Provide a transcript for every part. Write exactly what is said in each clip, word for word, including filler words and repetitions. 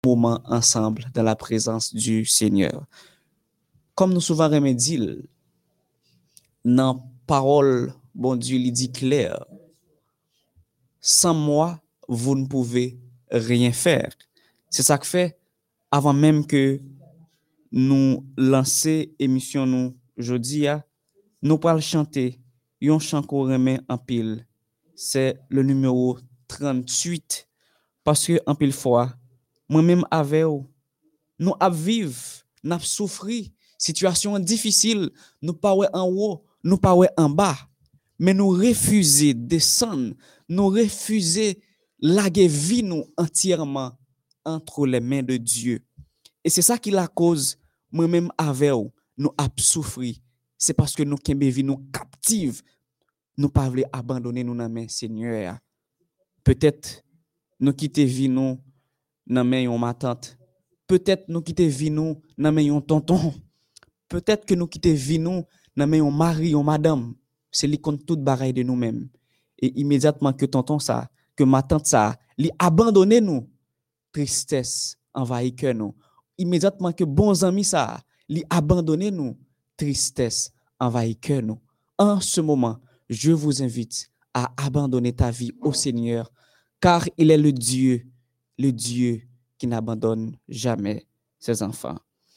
moment ensemble dans la présence du Seigneur. Comme nous souvent remédie, dans parole, bon Dieu, il dit clair, sans moi, vous ne pouvez rien faire. C'est ça que fait, avant même que nous lancer émission nous jeudi, nous pourrons chanter un chant qu'on remet en pile. C'est le numéro trente-huit. Parce que, en pile fois, moi-même avec vous, nous avons vécu, nous avons souffert, situation difficile, nous pas en haut, nous pas en bas, mais nous refusons de descendre, nous refusons laguer vie nous entièrement entre les mains de Dieu. Et c'est ça qui la cause, moi-même avec vous, nous avons souffert. C'est parce que nous kembe vie nous captive, nous pas voulons abandonner nous dans main Seigneur. Peut-être nous quitter vie nous dans main yon ma tante. Peut-être nous quitter vie nous dans main yon tonton. Peut-être que nous quitter vie nous dans main yon mari, yon madame. C'est li compte toute bagaille de nous-mêmes. Et immédiatement que tonton ça, que ma tante ça, li abandonner nous, tristesse envahit cœur nous. Immédiatement que bons amis ça, li abandonner nous, tristesse envahit cœur nous. En ce moment, je vous invite à abandonner ta vie au Seigneur, car il est le Dieu, le Dieu qui n'abandonne jamais ses enfants.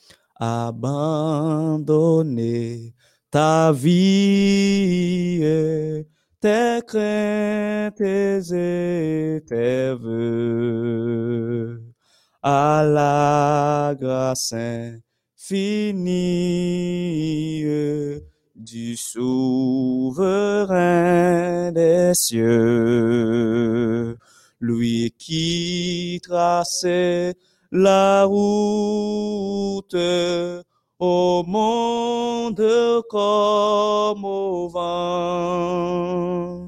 Abandonner ta vie, tes craintes et tes vœux à la grâce infinie du souverain des cieux, lui qui traçait la route au monde comme au vent,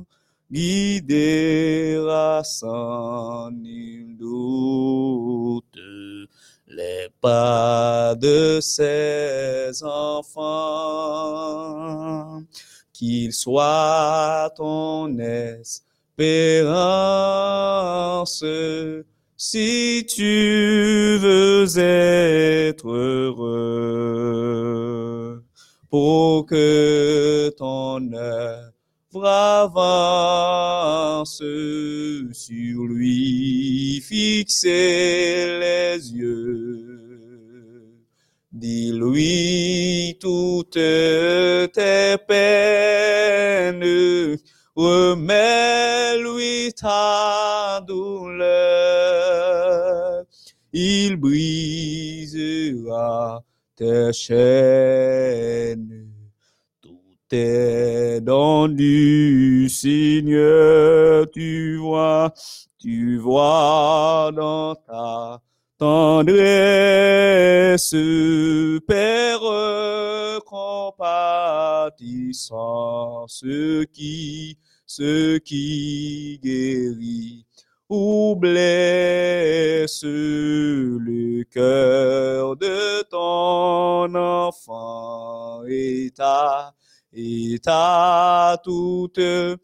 guidera sans nul doute les pas de ses enfants, qu'il soit ton espérance, si tu veux être heureux, pour que ton œuvre avance sur lui, fixez les yeux. Dis-lui toutes tes peines, remets-lui ta douleur, il brisera tes chaînes. Tout est don du Seigneur, tu vois, tu vois dans ta tendresse, Père compatissant, ce qui, ce qui guérit ou blesse le cœur de ton enfant, et ta, et ta toute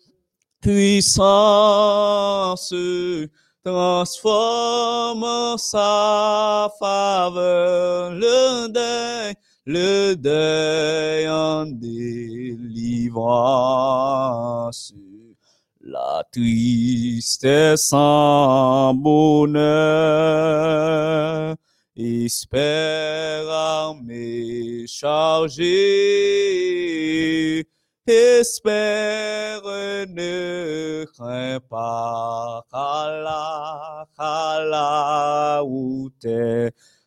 puissance transforme en sa faveur le deuil, le deuil en délivrance, la tristesse en bonheur, espère armé chargé, espère ne crains pas, qu'Allah, qu'Allah où t'es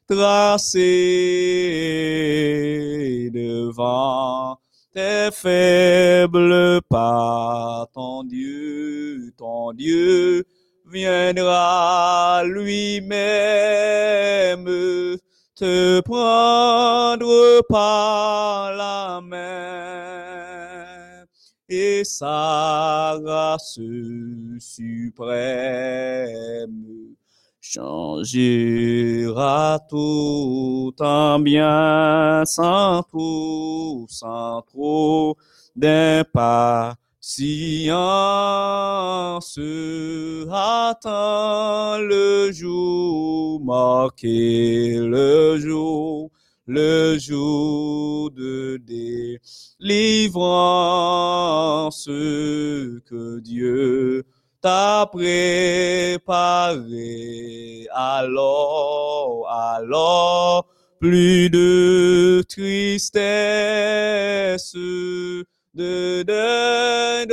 tracé devant tes faibles pas, ton Dieu, ton Dieu viendra lui-même te prendre par la main, et sa grâce suprême changera tout en bien, sans tout, sans trop d'impatience Science attend le jour marqué, le jour, le jour de délivrance que Dieu t'a préparé. Alors, alors, plus de tristesse, de deuil,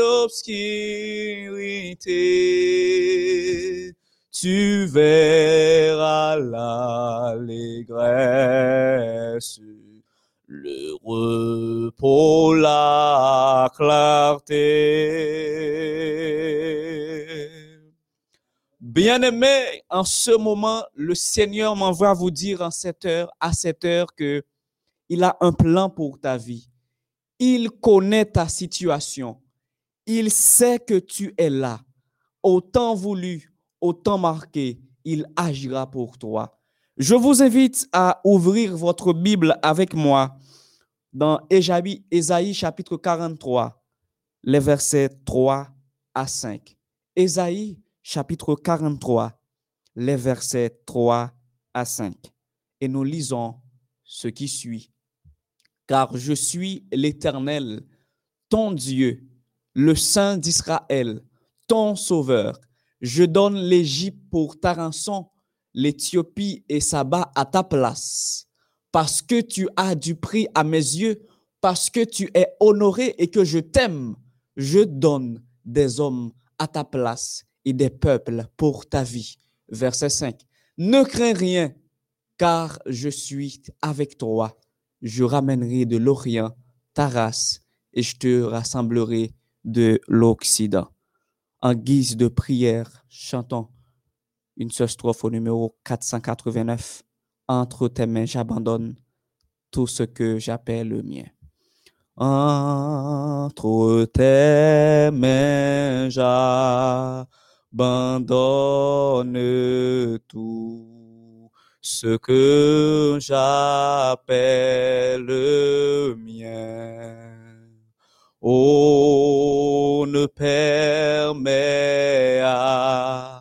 d'obscurité, tu verras l'allégresse, le repos, la clarté. Bien-aimés, en ce moment, le Seigneur m'envoie vous dire en cette heure, à cette heure, que il a un plan pour ta vie. Il connaît ta situation. Il sait que tu es là. Autant voulu, autant marqué, il agira pour toi. Je vous invite à ouvrir votre Bible avec moi dans Ésaïe chapitre quarante-trois, les versets trois à cinq. Ésaïe chapitre quarante-trois, les versets trois à cinq. Et nous lisons ce qui suit. Car je suis l'Éternel, ton Dieu, le Saint d'Israël, ton Sauveur. Je donne l'Égypte pour ta rançon, l'Éthiopie et Saba à ta place. Parce que tu as du prix à mes yeux, parce que tu es honoré et que je t'aime, je donne des hommes à ta place et des peuples pour ta vie. Verset cinq. Ne crains rien, car je suis avec toi. Je ramènerai de l'Orient ta race et je te rassemblerai de l'Occident. En guise de prière, chantons une seule strophe au numéro quatre cent quatre-vingt-neuf. Entre tes mains, j'abandonne tout ce que j'appelle le mien. Entre tes mains, j'abandonne tout ce que j'appelle le mien. Oh, ne permets à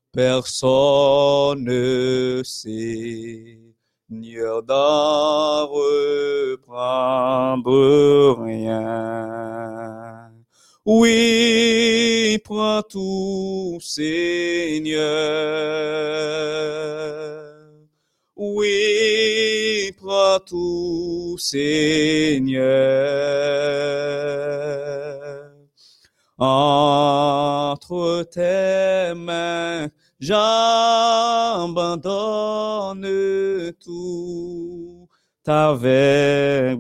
personne, Seigneur, d'en reprendre rien. Oui, prends tout, Seigneur. Oui, prends tout, Seigneur. Entre tes mains, j'abandonne tout avec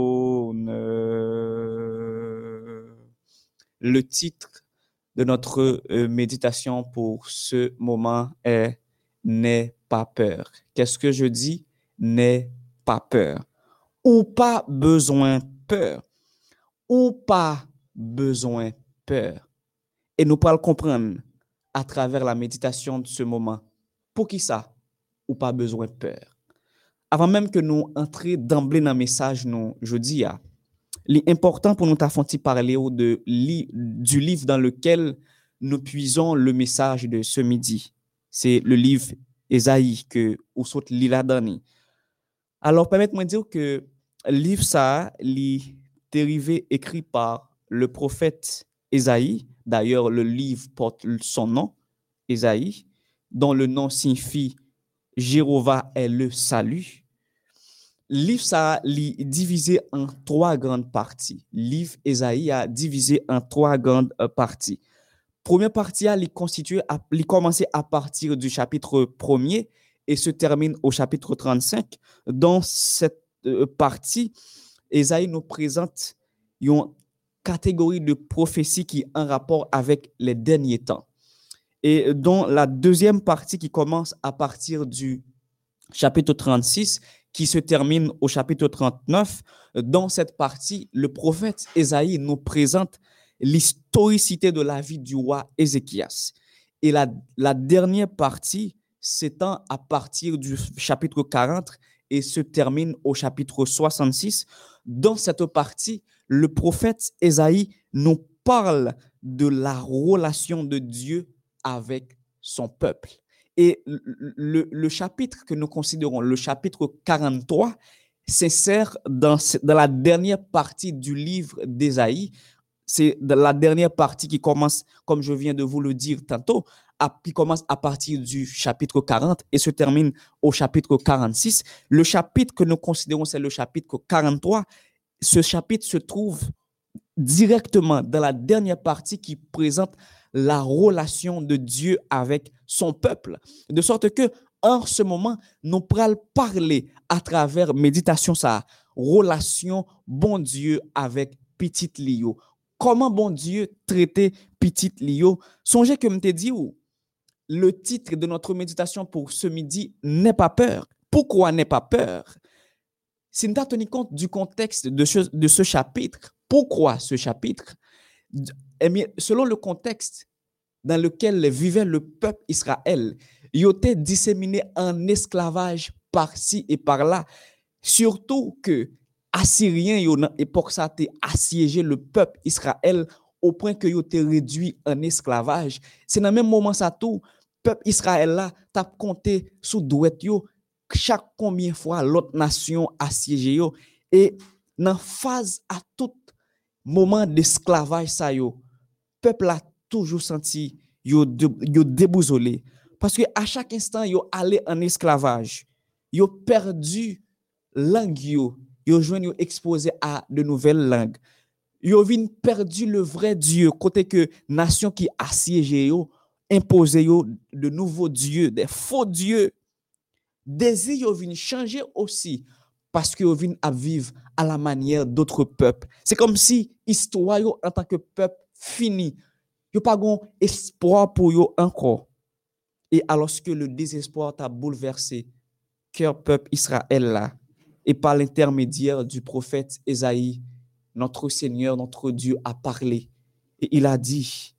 bonheur. Le titre de notre méditation pour ce moment est « N'aie pas peur ». Qu'est-ce que je dis? N'aie pas peur. Ou pas besoin peur. Ou pas besoin peur. Et nous pourrons le comprendre à travers la méditation de ce moment. Pour qui ça? Ou pas besoin peur. Avant même que nous entrions d'emblée dans le message, nous, je dis, l'important pour nous t'affronter parler de, du livre dans lequel nous puisons le message de ce midi. C'est le livre Ésaïe que ou saute lila dani. Alors permettez-moi de dire que le livre ça est dérivé écrit par le prophète Ésaïe. D'ailleurs, le livre porte son nom, Ésaïe, dont le nom signifie Jéhovah est le salut. Le livre ça est divisé en trois grandes parties. Le livre Ésaïe a divisé en trois grandes parties. Première partie, elle est constituée, elle commence à partir du chapitre premier et se termine au chapitre trente-cinq. Dans cette euh, partie, Ésaïe nous présente une catégorie de prophéties qui est en rapport avec les derniers temps. Et dans la deuxième partie qui commence à partir du chapitre trente-six, qui se termine au chapitre trente-neuf, dans cette partie, le prophète Ésaïe nous présente l'historicité de la vie du roi Ézéchias. Et la, la dernière partie s'étend à partir du chapitre quarante et se termine au chapitre soixante-six. Dans cette partie, le prophète Ésaïe nous parle de la relation de Dieu avec son peuple. Et le, le, le chapitre que nous considérons, le chapitre quarante-trois, s'insère dans, dans la dernière partie du livre d'Ésaïe. C'est la dernière partie qui commence, comme je viens de vous le dire tantôt, à, qui commence à partir du chapitre quarante et se termine au chapitre quarante-six. Le chapitre que nous considérons, c'est le chapitre quarante-trois. Ce chapitre se trouve directement dans la dernière partie qui présente la relation de Dieu avec son peuple. De sorte que, en ce moment, nous pourrons parler à travers méditation, ça, relation bon Dieu avec petite Lio. Comment bon Dieu traiter petite Lio? Songez que je te dis, le titre de notre méditation pour ce midi, n'aie pas peur. Pourquoi n'aie pas peur? Si nous tenons compte du contexte de ce, de ce chapitre, pourquoi ce chapitre? Eh bien, selon le contexte dans lequel vivait le peuple Israël, il était disséminé en esclavage par-ci et par-là. Surtout que Assyriens, dans l'époque, ça a assiégé le peuple Israël au point que il était réduit en esclavage. C'est dans le même moment ça tout, le peuple Israël là, t'a compté sous douette yo chaque combien fois l'autre nation assiégé yo et dans phase à tout moment d'esclavage ça yo, peuple a toujours senti yo de, yo déboussolé parce que à chaque instant yo allé en esclavage, yo perdu langue yo, yo joine yo exposé à de nouvelles langues. Yo vinn perdu le vrai Dieu côté que nation qui assiégé yo imposé yo de nouveaux dieux, des faux dieux. Désir yo vinn changer aussi parce que yo vinn à vivre à la manière d'autres peuples. C'est comme si histoire yo en tant que peuple fini. Yo pas gon espoir pour yo encore. Et alors que le désespoir t'a bouleversé cœur peuple Israël là et par l'intermédiaire du prophète Ésaïe, notre Seigneur, notre Dieu a parlé et il a dit: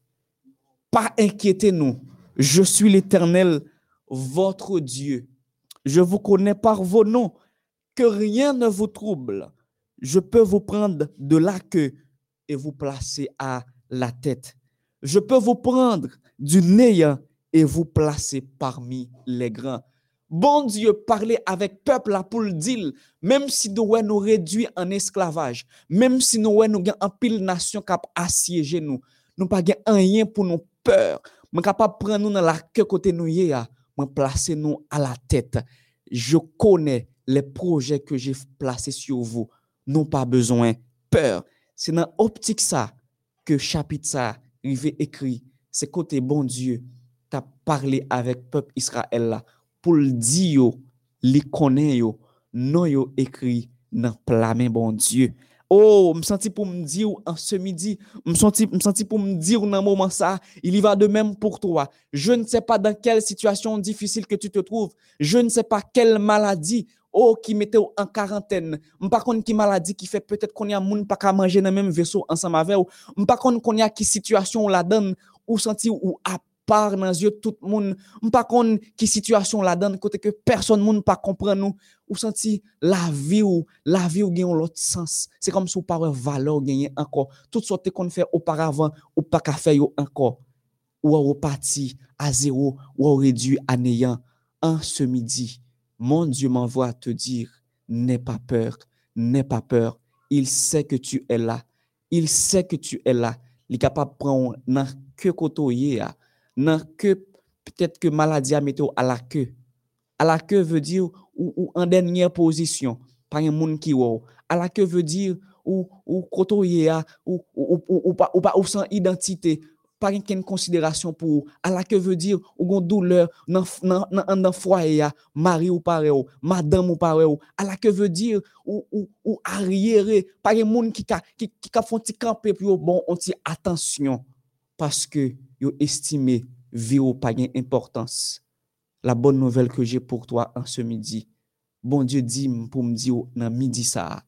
pas inquiétez-nous, je suis l'Éternel, votre Dieu. Je vous connais par vos noms, que rien ne vous trouble. Je peux vous prendre de la queue et vous placer à la tête. Je peux vous prendre du néant et vous placer parmi les grands. Bon Dieu, parlez avec peuple là pour le dire, même si nous nous réduit en esclavage, même si nous nous en pile nation cap assiéger nous, nous pas rien pour nous peur, mais capable prendre nous dans la queue côté nous ya, mais placer nous à la tête. Je connais les projets que j'ai placés sur vous. Nous pas besoin peur. C'est dans optique ça que chapitre ça rivé écrit. C'est côté bon Dieu t'a parlé avec peuple Israël là pour le dire yo, li connaît yo, non yo écrit dans plamen bon Dieu. Oh, me senti pour me dire en ce midi, me senti me senti pour me dire dans moment ça, il y va de même pour toi. Je ne sais pas dans quelle situation difficile que tu te trouves, je ne sais pas quelle maladie oh qui mettait en quarantaine, me pas connait qui maladie qui fait peut-être qu'on y a moun pas ka manger dans même vaisseau ensemble avec ou, me pas connait qu'on y a qui situation la donne ou senti ou à part dans yeux tout le monde, me pas connait qui situation la donne côté que personne moun pas comprend nous ou senti la vie ou la vie ou gagne l'autre sens. C'est comme si ou pas valeur gagner encore. Tout sorte qu'on fait auparavant ou pas ka faire encore. Ou au parti à zéro ou au réduit à néant. En ce midi, mon Dieu m'envoie te dire, n'aie pas peur, n'aie pas peur. Il sait que tu es là. Il sait que tu es là. Il est capable de prendre dans que côté dans que peut-être que maladie a mis à la queue. À la queue veut dire ou, ou en dernière position, pas un monde qui ou. À la queue veut dire ou ou côté ou ou ou, ou pas ou pas ou sans identité. Pas une considération pour à la que veut dire ou gon douleur dans dans dans foyer mari ou pare ou madame ou pare ou à la que veut dire ou ou ou arriéré pas un monde qui qui qui font ti camper puis bon on ti attention parce que yo estimé vie ou pas gain importance. La bonne nouvelle que j'ai pour toi en ce midi, bon Dieu dit pour me dire dans midi ça,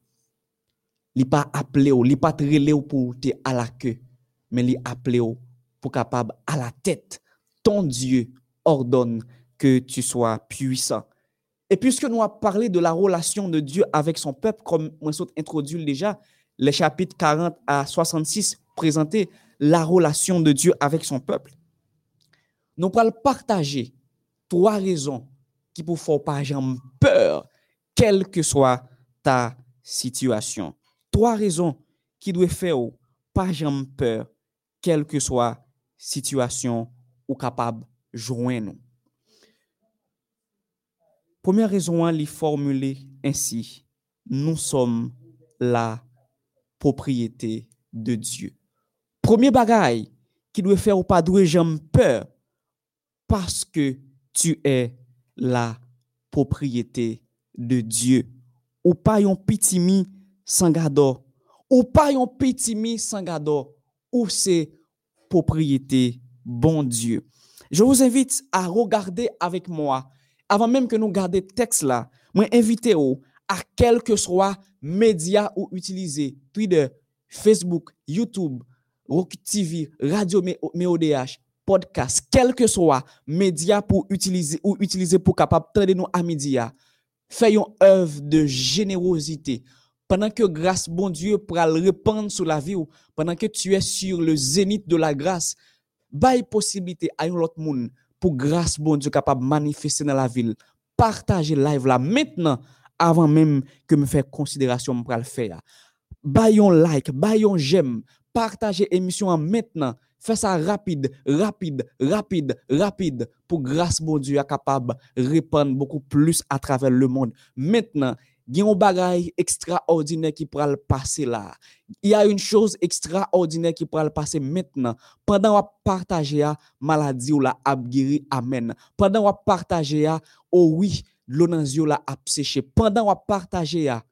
li pas appelé ou li pas trélé ou pour te à la queue mais li appelé ou pour capable à la tête. Ton Dieu ordonne que tu sois puissant. Et puisque nous avons parlé de la relation de Dieu avec son peuple, comme moi j'ai introduit déjà, les chapitres quarante à soixante-six présenter la relation de Dieu avec son peuple. Nous allons partager trois raisons qui pour faire pas jamais peur, quelle que soit ta situation. Trois raisons qui doivent faire pas jamais peur, quelle que soit situation ou capable de joindre. Première raison, elle est formulée ainsi. Nous sommes la propriété de Dieu. Premier bagage qui doit faire ou pas doit jamais peur parce que tu es la propriété de Dieu. Ou pas yon petit mi sans gado. Ou pas yon petit mi sans gado. Ou c'est propriété bon Dieu. Je vous invite à regarder avec moi, avant même que nous gardions le texte là, moi invite ou à quel que soit média ou utiliser, Twitter, Facebook, YouTube, Roku T V, Radio M O D H, podcast, quel que soit média pour utiliser ou utiliser pour capable tendre nous à midi, faisons œuvre de générosité. Pendant que grâce bon Dieu pour le répandre sur la vie ou pendant que tu es sur le zénith de la grâce, bail possibilité à un autre monde pour grâce bon Dieu capable manifester dans la ville. Partagez live là maintenant avant même que me faire considération pour le faire. Bayon like, bayon j'aime, partagez émission maintenant. Fais ça rapide, rapide, rapide, rapide pour grâce bon Dieu capable répandre beaucoup plus à travers le monde. Maintenant, il y a un bagage extraordinaire qui pourra le passer là. Il y a une chose extraordinaire qui pourra le passer maintenant. Pendant qu'on partage la maladie ou la abguéri, amen. Pendant qu'on partage la, oh oui, l'onanzio la a séché. Pendant qu'on partage la,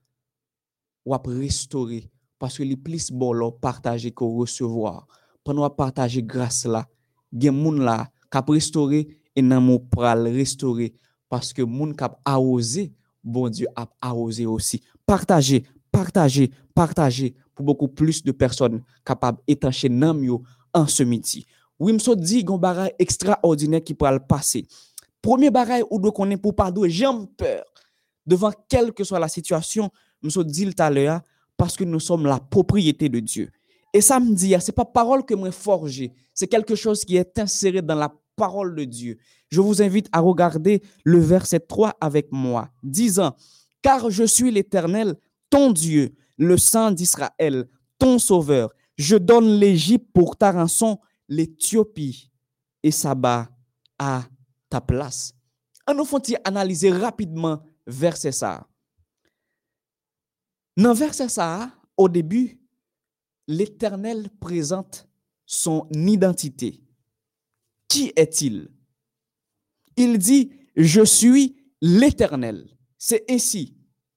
on va restaurer. Parce que les plus bon là, partager qu'on recevoir. Pendant qu'on partage grâce là, il y a moun là qui a restauré et nan mou pral restaurer. Parce que moun qui a arrosé, bon Dieu a arrosé aussi. Partagez, partagez, partagez pour beaucoup plus de personnes capables d'étancher Namio en ce midi. Oui, m'so dit gon bagay extraordinaire qui pourra le passer. Premier bagay ou doit connaître pour pas doué, j'aime peur devant quelle que soit la situation, m'so dit tout à l'heure parce que nous sommes la propriété de Dieu. Et ça me dit, c'est pas parole que moi forgé, c'est quelque chose qui est inséré dans la parole de Dieu. Je vous invite à regarder le verset trois avec moi, disant, car je suis l'Éternel, ton Dieu, le Saint d'Israël, ton Sauveur. Je donne l'Égypte pour ta rançon, l'Éthiopie et Saba à ta place. On nous faut analyser rapidement verset ça. Dans verset ça, au début, l'Éternel présente son identité. Qui est-il? Il dit, je suis l'Éternel. C'est ainsi.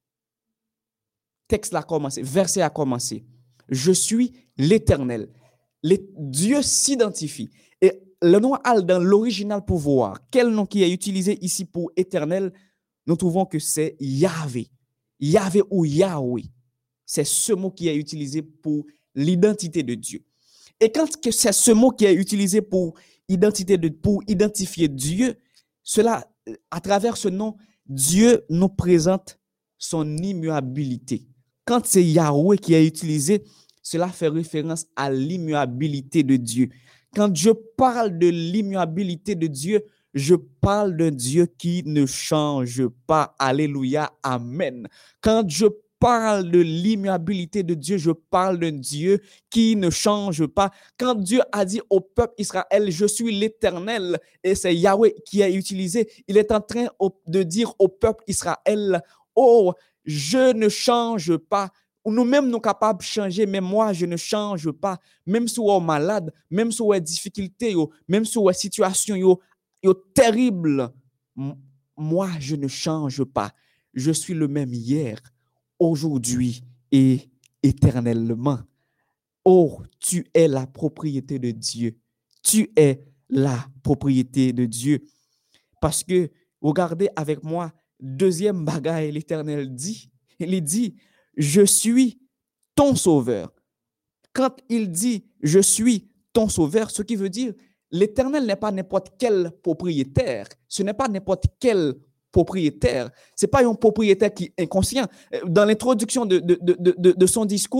Texte a commencé, verset a commencé. Je suis l'Éternel. Les, Dieu s'identifie. Et le nom al dans l'original pouvoir, quel nom qui est utilisé ici pour éternel, nous trouvons que c'est Yahvé. Yahvé ou Yahweh. C'est ce mot qui est utilisé pour l'identité de Dieu. Et quand c'est ce mot qui est utilisé pour identité de, pour identifier Dieu, cela, à travers ce nom, Dieu nous présente son immuabilité. Quand c'est Yahweh qui est utilisé, cela fait référence à l'immuabilité de Dieu. Quand je parle de l'immuabilité de Dieu, je parle d'un Dieu qui ne change pas. Alléluia, amen. Quand je parle de l'immuabilité de Dieu, je parle d'un Dieu qui ne change pas. Quand Dieu a dit au peuple Israël, je suis l'Éternel, et c'est Yahweh qui a utilisé, il est en train de dire au peuple Israël, oh, je ne change pas. Nous-mêmes, nous sommes capables de changer, mais moi, je ne change pas. Même si on est malade, même si on a des difficultés, même si on a des situations terribles, moi, je ne change pas. Je suis le même hier, aujourd'hui et éternellement. Oh, tu es la propriété de Dieu. Tu es la propriété de Dieu. Parce que, regardez avec moi, deuxième bagaille, l'Éternel dit, il dit, je suis ton sauveur. Quand il dit, je suis ton sauveur, ce qui veut dire, l'Éternel n'est pas n'importe quel propriétaire. Ce n'est pas n'importe quel propriétaire. Ce n'est pas un propriétaire qui est inconscient. Dans l'introduction de, de, de, de, de son discours,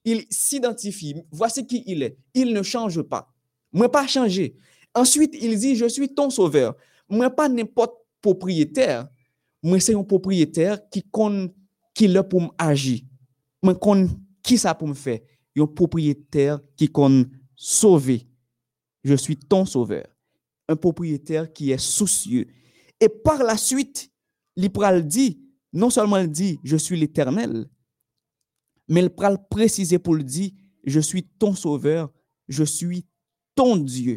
il s'identifie. Voici qui il est. Il ne change pas. Moi, pas changé. Ensuite, il dit, je suis ton sauveur. Moi, pas n'importe propriétaire. Moi, c'est un propriétaire qui connaît qui là pour m'agir. Moi, connais qui ça pour me faire. Un propriétaire qui connaît sauver. Je suis ton sauveur. Un propriétaire qui est soucieux. Et par la suite, l'Ipral dit, non seulement il dit, je suis l'Éternel, mais il pral préciser pour le dire, je suis ton sauveur, je suis ton Dieu.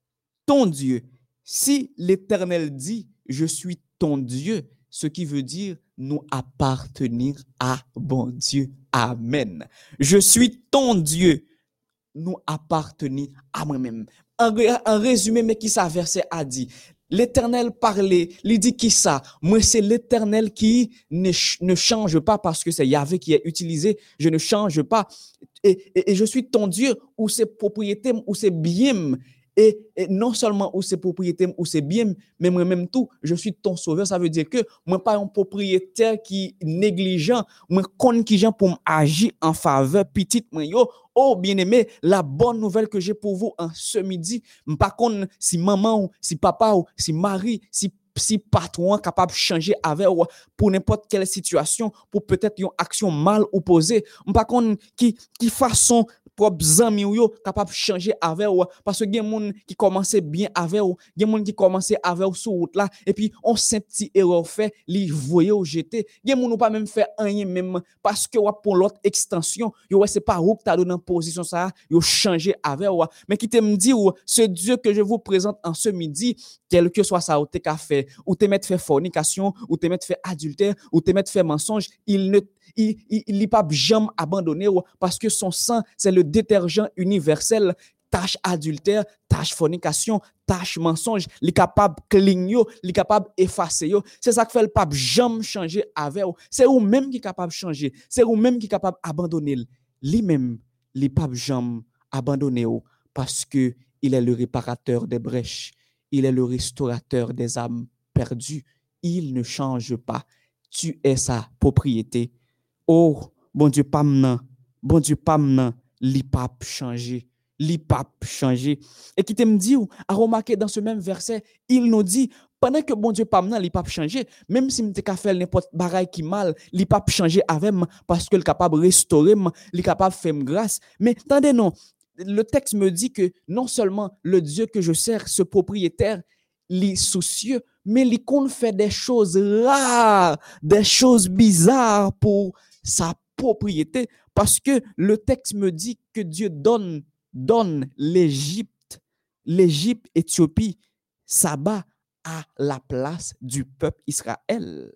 Ton Dieu. Si l'Éternel dit, je suis ton Dieu, ce qui veut dire nous appartenir à bon Dieu. Amen. Je suis ton Dieu. Nous appartenir à moi-même. En, en résumé, mais qui ça verset a dit? L'Éternel parlait, il dit qui ça? Moi, c'est l'Éternel qui ne, ne change pas parce que c'est Yahvé qui est utilisé. Je ne change pas. Et, et, et je suis ton Dieu ou c'est propriété ou c'est bien. Et, et non seulement où c'est propriété ou c'est bien, mais moi-même tout, je suis ton sauveur. Ça veut dire que moi pas un propriétaire qui négligent, moi connais qui gens pour agir en faveur petite moi yo. Oh bien-aimé, la bonne nouvelle que j'ai pour vous en ce midi, pas connais si maman ou si papa ou si mari, si si patron capable de changer avec ou pour n'importe quelle situation, pour peut-être une action mal opposée, pas connais qui qui façon propres amis ou yo capable changer avec ou parce que gen moun qui commençait bien avec ou gen moun qui commençait avec ou sur route là et puis on sent petit erreur fait li voyer ou jeter gen moun ou pas même faire rien même parce que ou pour l'autre extension yo c'est pas ou que t'a donné en position ça yo changer avec ou mais qui te me dit ou ce Dieu que je vous présente en ce midi quel que soit ça ou te qu'a fait ou te mettre faire fornication ou te mettre faire adultère ou te mettre faire mensonge il ne il il, il pas jamais abandonné parce que son sang c'est le détergent universel tâche adultère tâche fornication tâche mensonge il est capable clean yo il est capable effacer yo c'est ça que fait le pape jamais changer avec c'est ou même qui est capable changer c'est ou même qui est capable abandonner lui même il pape jamais abandonner parce que il est le réparateur des brèches il est le restaurateur des âmes perdues il ne change pas tu es sa propriété. Oh, bon Dieu, pas m'nan, bon Dieu, pas m'nan, li pas changer, li pas changer. Et qui te me dit, à remarquer dans ce même verset, il nous dit, pendant que bon Dieu pas m'nan, li pas changer, même si m'te ka faire n'importe bagaille qui mal, li pas changer avec moi parce que le capable restaurer moi, li capable faire grâce. Mais attendez non, le texte me dit que non seulement le Dieu que je sers, ce propriétaire, li soucieux, mais li qu'on fait des choses rares, des choses bizarres pour sa propriété, parce que le texte me dit que Dieu donne, donne l'Égypte, l'Égypte, Éthiopie, Saba à la place du peuple Israël.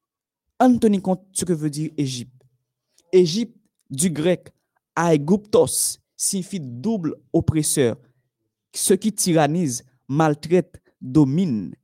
On tenir compte ce que veut dire Égypte. Égypte, du grec, aiguptos, signifie double oppresseur, ce qui tyrannise, maltraite, domine.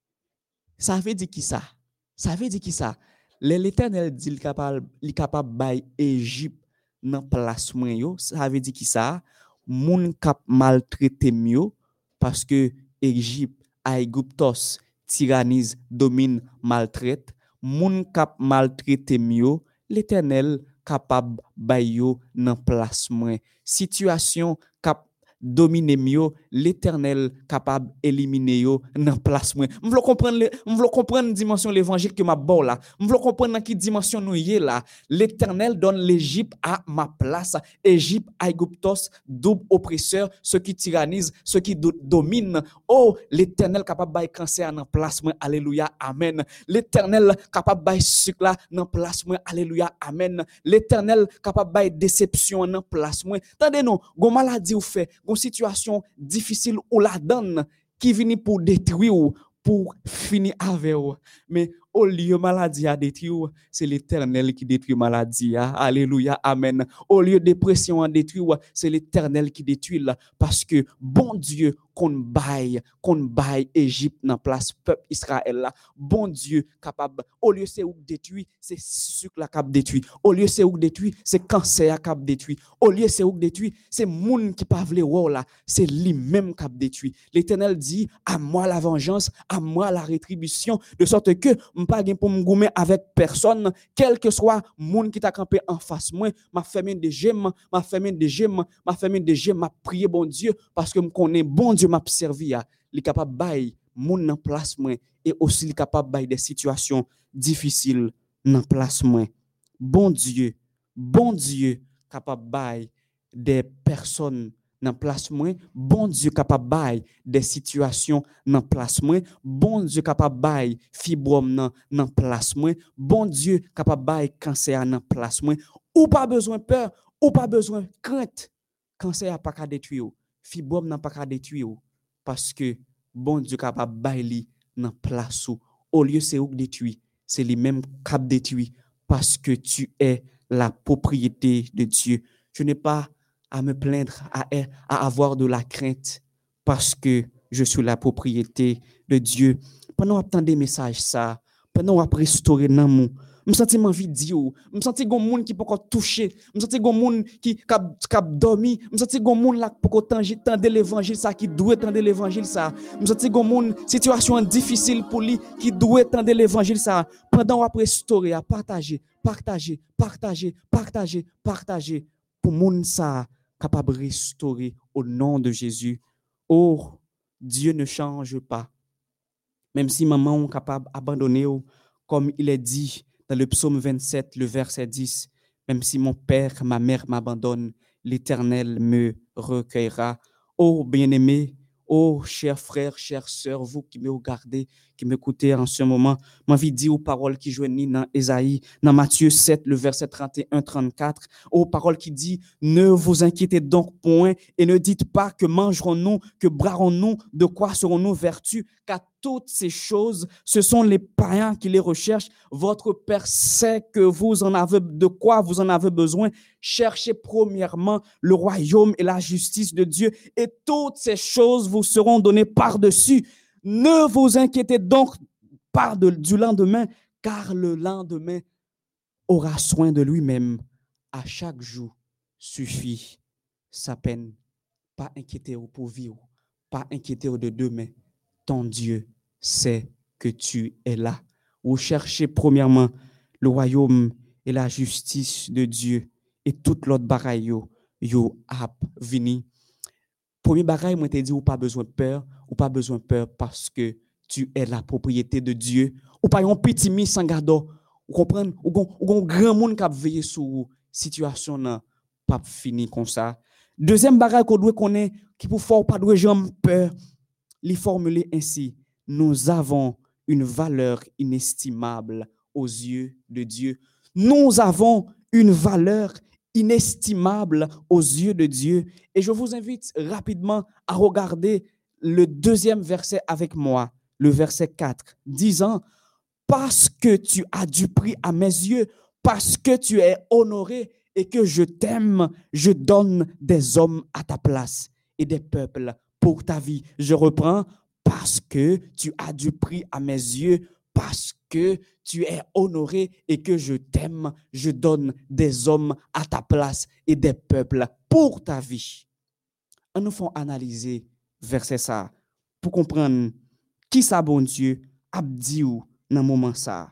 Ça veut dire qui ça? Ça veut dire qui ça? L'Éternel dit qu'il est capable, il est capable de Égypte dans place moi yo. Ça veut dire qui ça? Moun kap maltraité mieux parce que Égypte, aiguptos, tyrannise, domine, maltraite. Moun kap maltraité mieux, l'Éternel capable bayo dans place moi. Situation cap dominer mieux, l'Éternel capable éliminer yo dans place moi. On veut comprendre on veut comprendre dimension l'évangile que m'a bon là. On veut comprendre dans quelle dimension nous y est là. L'Éternel donne l'Égypte à ma place. Égypte, aiguptos, double oppresseur, ceux qui tyrannisent, ceux qui do- dominent. Oh, l'Éternel capable bail cancer dans place moi. Alléluia. Amen. L'Éternel capable bail sucre là dans place moi. Alléluia. Amen. L'Éternel capable bail déception dans place moi. Tendez non, gon maladie ou fait une situation difficile ou la donne qui vient pour détruire ou pour finir avec ou. Mais au lieu maladie à détruire, c'est l'Éternel qui détruit maladie. Alléluia, amen. Au lieu dépression à détruire, c'est l'Éternel qui détruit là parce que bon Dieu qu'on baille, qu'on baille Égypte dans place peuple Israël là. Bon Dieu capable au lieu c'est où détruit, c'est sucre la cap détruit. Au lieu c'est où détruit, c'est cancer cap détruit. Au lieu c'est où détruit, c'est moun qui pas vle wow là, c'est lui-même cap détruit. L'Éternel dit à moi la vengeance, à moi la rétribution de sorte que pas pour me goumer avec personne, quel que soit monde qui t'a campé en face moi, m'a fait des gemmes, m'a fait des gemmes, m'a fait des gemmes, m'a prié bon Dieu parce que me connais bon Dieu m'a servi, il est capable bail monde en place moi et aussi il est capable bail des situations difficiles en place moi. Bon Dieu, bon Dieu capable bail des personnes dans place moi, bon Dieu capable bail des situations dans place moi, bon Dieu capable bail fibrome dans dans place moi, bon Dieu capable bail cancer dans place moi, ou pas besoin peur, ou pas besoin crainte, cancer a pas qu'à détruire, fibrome n'a pas qu'à détruire parce que bon Dieu capable bail li dans place ou au lieu c'est ou détruit, c'est lui même cap détruit parce que tu es la propriété de Dieu. Je n'ai pas à me plaindre, à, à avoir de la crainte parce que je suis la propriété de Dieu. Pendant qu'on des messages ça, pendant qu'on restaurer l'amour, je me sens envie de dire, je me sens qu'il y a des gens qui peuvent toucher, je me sens qu'il y a des gens qui peuvent dormir, je me sens qu'il y a des gens qui peuvent tendre l'évangile, ça, qui doivent tendre l'évangile, ça. Je me sens qu'il y a des gens, situation difficile pour lui, qui doivent tendre l'évangile, ça. Pendant qu'on restaurer, à partager, partager, partager, partager, partager, pour moun ça capable de restaurer au nom de Jésus. Oh, Dieu ne change pas. Même si maman est capable d'abandonner, comme il est dit dans le psaume vingt-sept, le verset dix, même si mon père, ma mère m'abandonnent, l'Éternel me recueillera. Oh, bien-aimé, oh, chers frères, chères sœurs, vous qui me regardez, qui m'écoutez en ce moment, j'ai envie de dire aux paroles qui joignent dans Ésaïe, dans Matthieu sept, le verset trente et un trente-quatre, aux paroles qui dit, ne vous inquiétez donc point et ne dites pas que mangerons-nous, que boirons-nous, de quoi serons-nous vertus, car toutes ces choses, ce sont les païens qui les recherchent. Votre Père sait que vous en avez, de quoi vous en avez besoin. Cherchez premièrement le royaume et la justice de Dieu et toutes ces choses vous seront données par-dessus. Ne vous inquiétez donc pas de, du lendemain, car le lendemain aura soin de lui-même. À chaque jour suffit sa peine. Pas inquiétez-vous pour vivre, pas inquiétez-vous de demain. Ton Dieu sait que tu es là. Vous cherchez premièrement le royaume et la justice de Dieu et toute l'autre bagaille yo yo ap vini. Premier bagaille moi te dit ou pas besoin de peur, ou pas besoin de peur parce que tu es la propriété de Dieu. Ou pas un petit mis sans gardo. Vous comprenez? Ou un grand monde qui a veillé sur situation nan pas fini comme ça. Deuxième bagaille qu'on doit connaître qui pour faire pas doit jamais peur, les formuler ainsi. Nous avons une valeur inestimable aux yeux de Dieu. Nous avons une valeur inestimable aux yeux de Dieu. Et je vous invite rapidement à regarder le deuxième verset avec moi, le verset quatre, disant, parce que tu as du prix à mes yeux, parce que tu es honoré et que je t'aime, je donne des hommes à ta place et des peuples pour ta vie. Je reprends, parce que tu as du prix à mes yeux, parce que tu es honoré et que je t'aime, je donne des hommes à ta place et des peuples pour ta vie. On nous fait analyser verset ça pour comprendre qui ça bon Dieu a dit ou dans moment ça.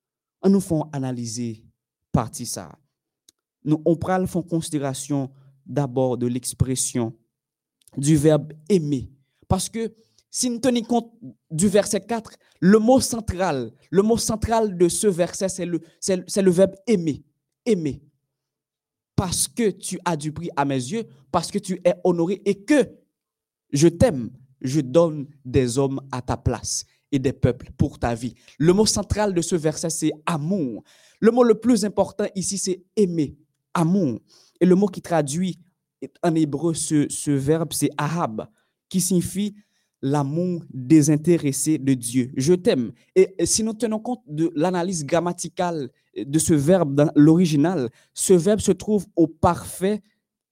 On nous fait analyser partie ça. Nous on prend en considération d'abord de l'expression du verbe aimer parce que si nous tenons compte du verset quatre, le mot central, le mot central de ce verset, c'est le, c'est, c'est le verbe aimer. Aimer. Parce que tu as du prix à mes yeux, parce que tu es honoré et que je t'aime, je donne des hommes à ta place et des peuples pour ta vie. Le mot central de ce verset, c'est amour. Le mot le plus important ici, c'est aimer, amour. Et le mot qui traduit en hébreu ce, ce verbe, c'est ahab, qui signifie l'amour désintéressé de Dieu. Je t'aime. Et si nous tenons compte de l'analyse grammaticale de ce verbe dans l'original, ce verbe se trouve au parfait,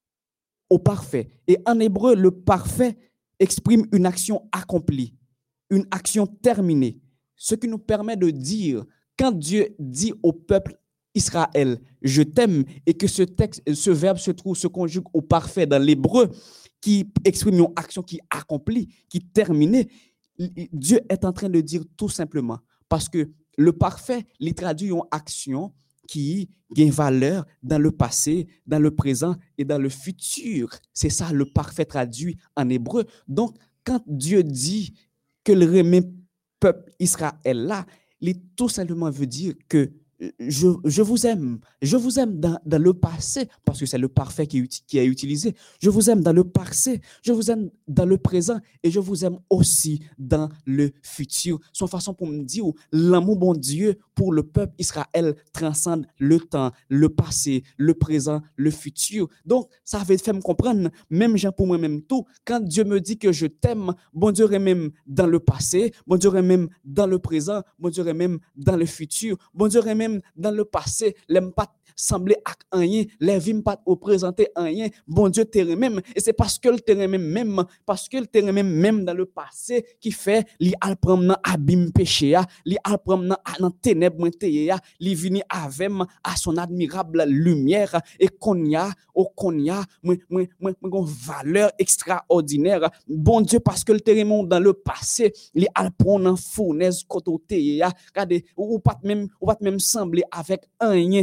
au parfait. Et en hébreu, le parfait exprime une action accomplie, une action terminée. Ce qui nous permet de dire, quand Dieu dit au peuple Israël, je t'aime, et que ce texte, ce verbe se trouve, se conjugue au parfait dans l'hébreu, qui exprime une action qui accomplit, qui terminée, Dieu est en train de dire tout simplement, parce que le parfait, il traduit une action qui gagne valeur dans le passé, dans le présent et dans le futur. C'est ça le parfait traduit en hébreu. Donc, quand Dieu dit que le remet peuple Israël là, il tout simplement veut dire que je, je vous aime. Je vous aime dans, dans le passé, parce que c'est le parfait qui, qui est utilisé. Je vous aime dans le passé, je vous aime dans le présent et je vous aime aussi dans le futur. Son façon pour me dire, l'amour bon Dieu pour le peuple Israël transcende le temps, le passé, le présent, le futur. Donc, ça avait fait me comprendre, même Jean pour moi-même tout, quand Dieu me dit que je t'aime, bon Dieu est même dans le passé, bon Dieu est même dans le présent, bon Dieu est même dans le futur, bon Dieu est même dans le passé, l'aime pas sembler à rien, les vies pas représenter rien, bon Dieu te même et c'est parce que le terrain même même parce que le terrain même même dans le passé qui fait li al prendre dans abîme péché a, li al prendre dans ténèbres montée a, li vini avec à son admirable lumière et qu'on y a au qu'on y a moi moi moi une valeur extraordinaire, bon Dieu parce que le terrain dans le passé, li al prendre en fournaise côté a, regardez ou pas même ou pas même sembler avec rien.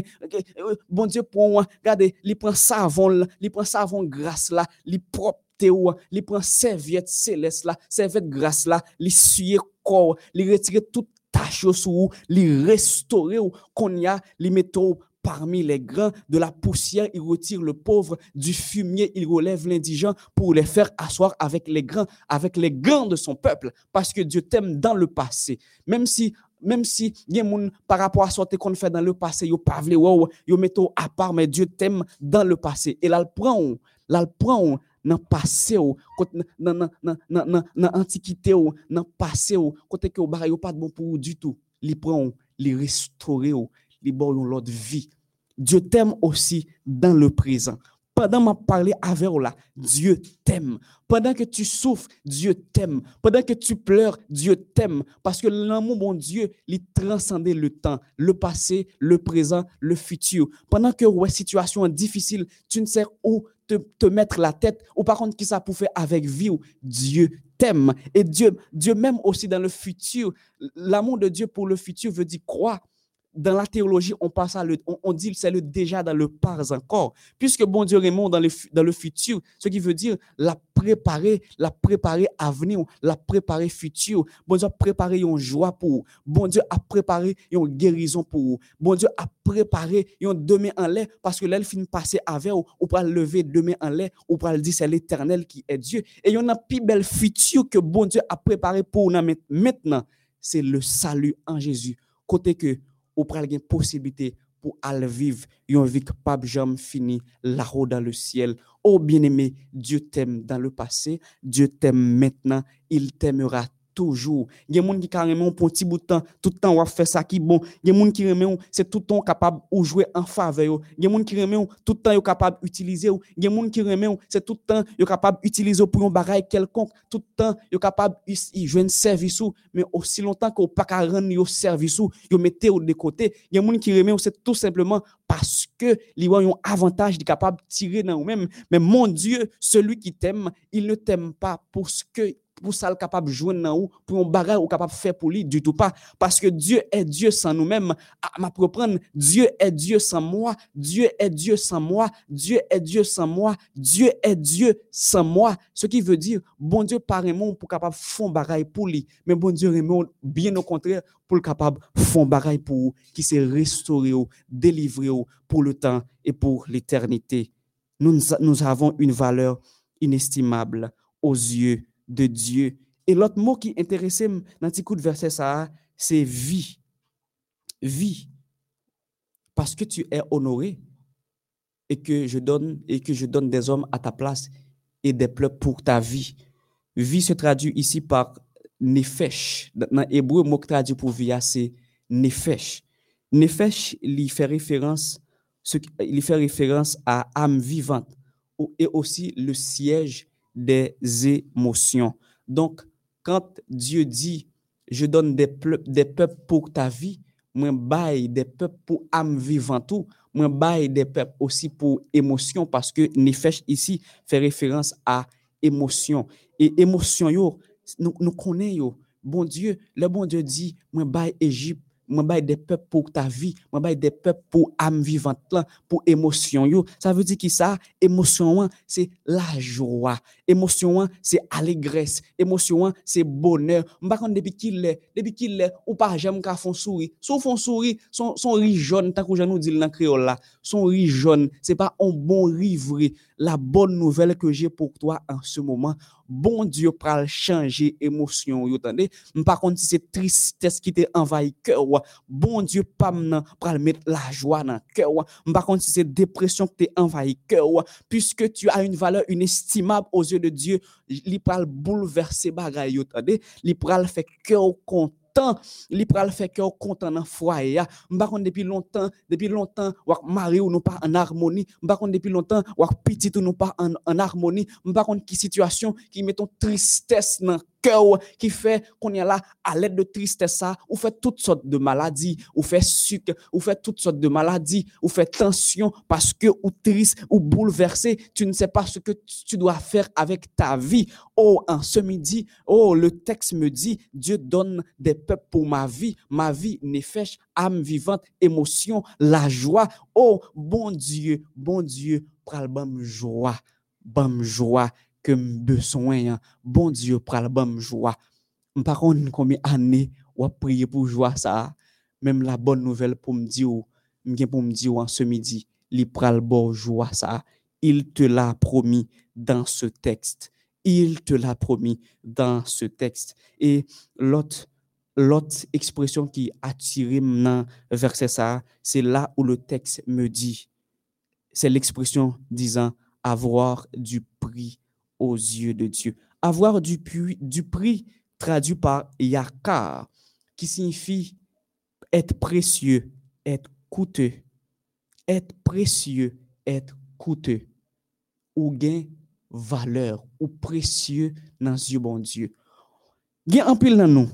Bon Dieu pour moi, regardez, il prend savon, il prend savon grâce là, il propre ou, il prend serviette céleste là, serviette grâce là, il suye corps, il retire toute tache sous, il restaure ou qu'on y a, il met parmi les grands de la poussière, il retire le pauvre du fumier, il relève l'indigent pour les faire asseoir avec les grands, avec les grands de son peuple, parce que Dieu t'aime dans le passé, même si même si y a moun par rapport à ce qu'on fait dans le passé, yo pas vle wow, yo metto à part mais Dieu t'aime dans le passé et là le prend, là le prend dans passé ou dans dans dans dans dans antiquité ou dans passé ou côté que ba yo pas bon pour du tout, il prend, il restaurer ou, il bon l'autre vie. Dieu t'aime aussi dans le présent. Pendant que je parle avec vous là, Dieu t'aime. Pendant que tu souffres, Dieu t'aime. Pendant que tu pleures, Dieu t'aime. Parce que l'amour, mon Dieu, il transcende le temps, le passé, le présent, le futur. Pendant que ouais, situation difficile, tu ne sais où te, te mettre la tête, ou par contre, qui ça pour faire avec vie, Dieu t'aime. Et Dieu, Dieu même aussi dans le futur. L'amour de Dieu pour le futur veut dire quoi? Dans la théologie, on passe à le, on, on dit c'est le déjà dans le pas encore. Puisque bon Dieu remonte dans le, dans le futur, ce qui veut dire la préparer, la préparer à venir, la préparer futur. Bon Dieu a préparé une joie pour, bon Dieu a préparé une guérison pour, bon Dieu a préparé une demain en l'air parce que l'elle finit passer avec ou, ou pour lever demain en l'air ou pour dire c'est l'Éternel qui est Dieu. Et il y a un plus bel futur que bon Dieu a préparé pour nous maintenant, c'est le salut en Jésus. Côté que ou pral gen possibilité pour aller vivre une vie capable jamais fini là-haut dans le ciel. Oh bien-aimé, Dieu t'aime dans le passé, Dieu t'aime maintenant, il t'aimera toujours. Il y a des gens qui carrément pour un petit bout de temps, tout le temps on va faire ça qui bon. Il y a des gens qui remet c'est tout le temps capable de jouer en faveur. Il y a des gens qui remet tout le temps capable d'utiliser. Il y a des gens qui remet c'est tout le temps capable d'utiliser pour un bagage quelconque. Tout le temps capable de jouer un service mais aussi longtemps qu'on pas qu'à rendre un service ou yo mettez de côté. Il y a des gens qui remet c'est tout simplement parce que ils ont un avantage de capable de tirer dans eux-mêmes. Mais mon Dieu, celui qui t'aime, il ne t'aime pas pour ce que pour ça le capable de jouer dans ou pour un bagage ou capable de faire pour lui du tout pas parce que Dieu est Dieu sans nous-mêmes. À ma reprendre, Dieu est Dieu sans moi, Dieu est Dieu sans moi, Dieu est Dieu sans moi, Dieu est Dieu sans moi. Ce qui veut dire bon Dieu pas vraiment pour capable faire un bagage pour lui, mais bon Dieu vraiment bien au contraire pour le capable faire un bagage pour qui s'est restauré, délivré pour le temps et pour l'éternité. Nous nous avons une valeur inestimable aux yeux de Dieu. Et l'autre mot qui intéressait dans ce coup de verset ça, c'est vie. Vie. Parce que tu es honoré et que je donne et que je donne des hommes à ta place et des peuples pour ta vie. Vie se traduit ici par nefesh. Dans hébreu, le mot qui traduit pour vie, c'est nefesh. Nefesh, il fait référence, il fait référence à âme vivante et aussi le siège des émotions. Donc, quand Dieu dit, je donne des, ple- des peuples pour ta vie, moi baille des peuples pour âme vivante, moi baille des peuples aussi pour émotion, parce que Nefesh ici fait référence à émotion. Et émotion, yo, nous, nous connaissons, bon Dieu, le bon Dieu dit, moi baille Égypte moi bail des peuples pour ta vie, moi bail des peuples pour âme vivante là, pour émotion yo. Ça veut dire qui ça? Émotion c'est la joie. Émotion c'est allégresse. Émotion c'est bonheur. M'pa konn depuis qu'il est, depuis qu'il est ou pas j'aime ka font sourire. Son font sourire, son son riz jaune tant que nous dit dans créole là. Son riz jaune, c'est pas un bon riz vrai. La bonne nouvelle que j'ai pour toi en ce moment, bon Dieu pral changer émotion yo tande. M'pa konn si c'est tristesse qui te envahi cœur, bon Dieu pas pral mettre la joie dans cœur. M'pa konn si c'est dépression qui te envahi cœur, puisque tu as une valeur inestimable aux yeux de Dieu, li pral bouleverser bagay yo tande, li pral fait cœur content. Li pral fait cœur content dans foyer. M'pa konn depuis longtemps, depuis longtemps ou mari ou nous pas en harmonie, m'pa konn depuis longtemps ou petit ou nous pas en, en harmonie, m'pa konn qui situation qui met ton tristesse dans cœur qui fait qu'on est là à l'aide de tristesse ça, ou fait toutes sortes de maladies, ou fait sucre, ou fait toutes sortes de maladies, ou fait tension parce que ou triste ou bouleversé, tu ne sais pas ce que tu dois faire avec ta vie. Oh, en ce midi, oh, le texte me dit, Dieu donne des peuples pour ma vie, ma vie néfèche, âme vivante, émotion, la joie. Oh, bon Dieu, bon Dieu, pral bam joie, bam joie que besoin, bon Dieu pral bam joie. Par contre, combien d'années ou prier pour joie ça, même la bonne nouvelle pour me dire, m'gen pour me dire en ce midi, li pral bon joie ça, il te l'a promis dans ce texte. Il te l'a promis dans ce texte. Et l'autre l'autre expression qui attire dans verset ça, c'est là où le texte me dit, c'est l'expression disant avoir du prix aux yeux de Dieu. Avoir du, pu- du prix traduit par yakar, qui signifie être précieux, être coûteux, être précieux, être coûteux, ou gain valeur, ou précieux dans les yeux bon Dieu. Gain en pile dans nous.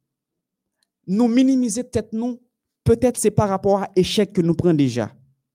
Nous minimiser peut-être nous, peut-être c'est par rapport à l'échec que nous prenons déjà.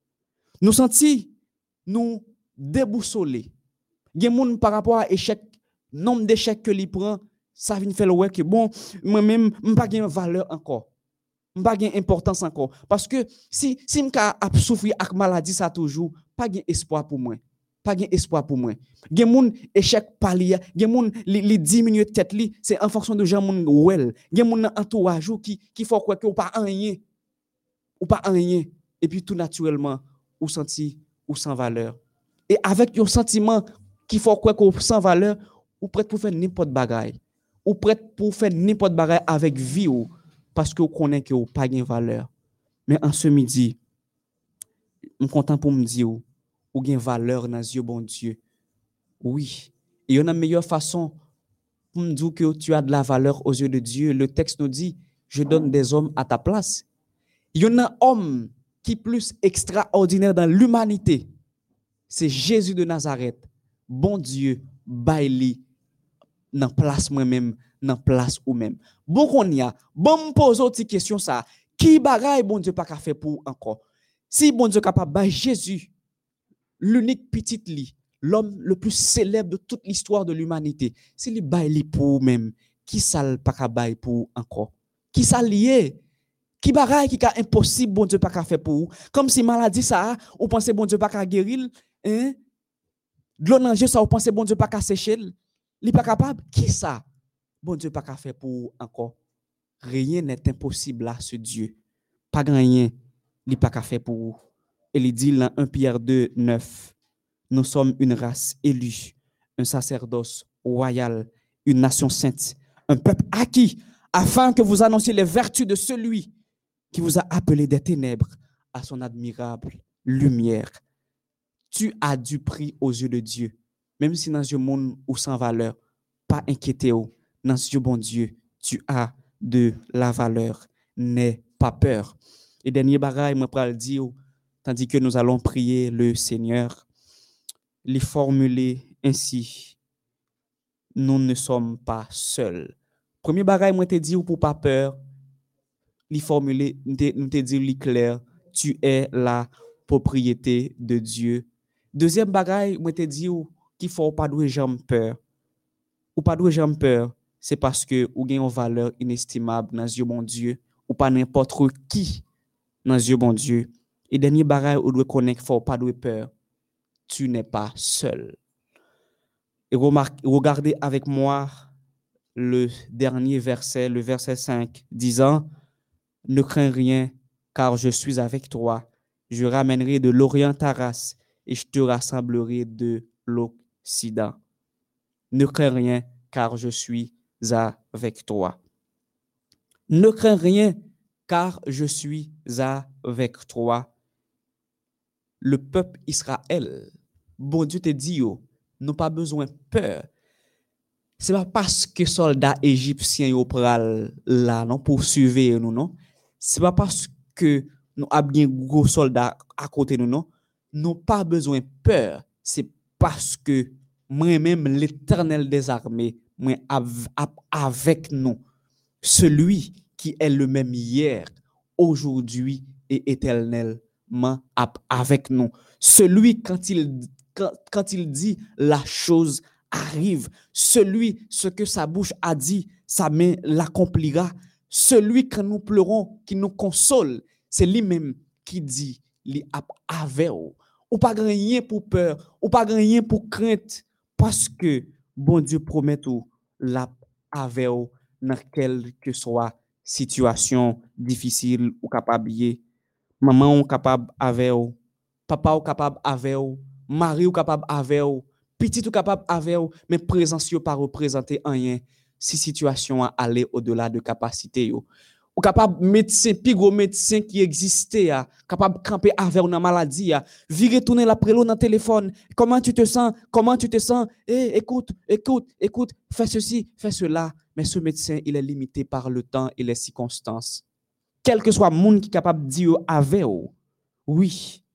Nous sentis, nous déboussoler. Il y a des gens par rapport à l'échec, nombre d'échecs que li prend, ça vient faire le ouais que bon, moi-même, je n'ai pas de valeur encore. Je n'ai pas d'importance encore. Parce que si si je suis souffrir avec maladie, ça toujours, pas d'espoir pour moi. Pas d'espoir pour moi. Il y a des gens échec par li, il y a des gens qui diminuent tête li, c'est en fonction de gens moun well. Il y a des gens entourage qui qui font quoi que ou pas rien. Ou pas rien. Et puis tout naturellement, ou senti ou sans valeur. Et avec un sentiment qui faut quoi qu'on sans valeur, ou prêt pour faire n'importe bagaille, ou prêt pour faire n'importe bagaille avec vie ou parce que vous connaissez que vous pas de valeur. Mais en ce midi, je suis content pour me dire ou gain valeur dans les yeux bon Dieu. Oui. Et il y a une meilleure façon pour me dire que tu as de la valeur aux yeux de Dieu. Le texte nous dit, je donne des hommes à ta place. Il y en a un homme qui est plus extraordinaire dans l'humanité. C'est Jésus de Nazareth. Bon Dieu, baili dans place moi-même, dans place ou même. Bon qu'on y a, bon me pose autre question ça. Qui bagaille bon Dieu pas qu'a fait pour encore? Si bon Dieu capable bailler Jésus, l'unique petit lit, l'homme le plus célèbre de toute l'histoire de l'humanité, si li baili pour même, qui ça pas qu'a bailler pour encore? Qui ça lié? Qui bagaille qui est impossible bon Dieu pas qu'a fait pour? Comme si maladie ça, ou pensez bon Dieu pas qu'a guérir, hein? De l'eau dans ça, vous pensez bon Dieu pas qu'à sécher, il n'est pas capable. Qui ça? Bon Dieu pas qu'à faire pour encore. Rien n'est impossible à ce Dieu. Pas rien, il n'est pas qu'à faire pour vous. Et il dit dans un Pierre deux, neuf, nous sommes une race élue, un sacerdoce royal, une nation sainte, un peuple acquis, afin que vous annonciez les vertus de celui qui vous a appelé des ténèbres à son admirable lumière. Tu as du prix aux yeux de Dieu. Même si dans ce monde ou sans valeur, pas inquiétez-vous. Dans ce bon Dieu, tu as de la valeur. N'aie pas peur. Et dernier bagaille, moi, pour le dire, tandis que nous allons prier le Seigneur, les formuler ainsi. Nous ne sommes pas seuls. Premier bagaille, moi, te dire pour pas peur, les formuler, nous te dire clair, tu es la propriété de Dieu. Deuxième bagaille, moi te dis qu'il faut pas douer jamais peur. Ou pas douer jamais peur, c'est parce que ou gagne une valeur inestimable dans yeux mon Dieu, ou pas n'importe qui dans Dieu bon Dieu. Et dernier bagage ou doit connaître fort pas de peur. Tu n'es pas seul. Et remarque, regardez avec moi le dernier verset, le verset cinq, disant ne crains rien, car je suis avec toi. Je ramènerai de l'Orient ta race et je te rassemblerai de l'Occident. Ne crains rien, car je suis avec toi. Ne crains rien, car je suis avec toi. Le peuple Israël, bon Dieu te dit, yo, nous pas besoin de peur. Ce n'est pas parce que les soldats égyptiens sont là, non, pour surveiller nous, non. Ce n'est pas parce que nous avons bien gros soldats à côté de nous, non. Nous n'avons pas besoin de peur. C'est parce que moi-même, l'Éternel des armées, moi, avec nous, celui qui est le même hier, aujourd'hui et éternellement avec nous. Celui, quand il, quand, quand il dit la chose arrive. Celui, ce que sa bouche a dit, sa main l'accomplira. Celui que nous pleurons, qui nous console, c'est lui-même qui dit, li ap avec ou. Ou pas rien pour peur, ou pas rien pour crainte, parce que bon Dieu promet tout, la avec ou dans quelle que soit situation difficile ou capable. Maman ou capable avec ou, papa ou capable avec ou, mari ou capable avec ou, petit ou capable avec ou, mais présence yo pas représenter rien si situation a aller au-delà de capacité yo. Ou capable médecin, plus gros médecin qui existait, ya, capable camper avec une maladie, ya, virer tourner la prélo dans téléphone. Comment tu te sens? Comment tu te sens? Eh, écoute, écoute, écoute, fais ceci, fais cela. Mais ce médecin, il est limité par le temps et les circonstances. Quel que soit le monde qui est capable de dire avec ou, oui,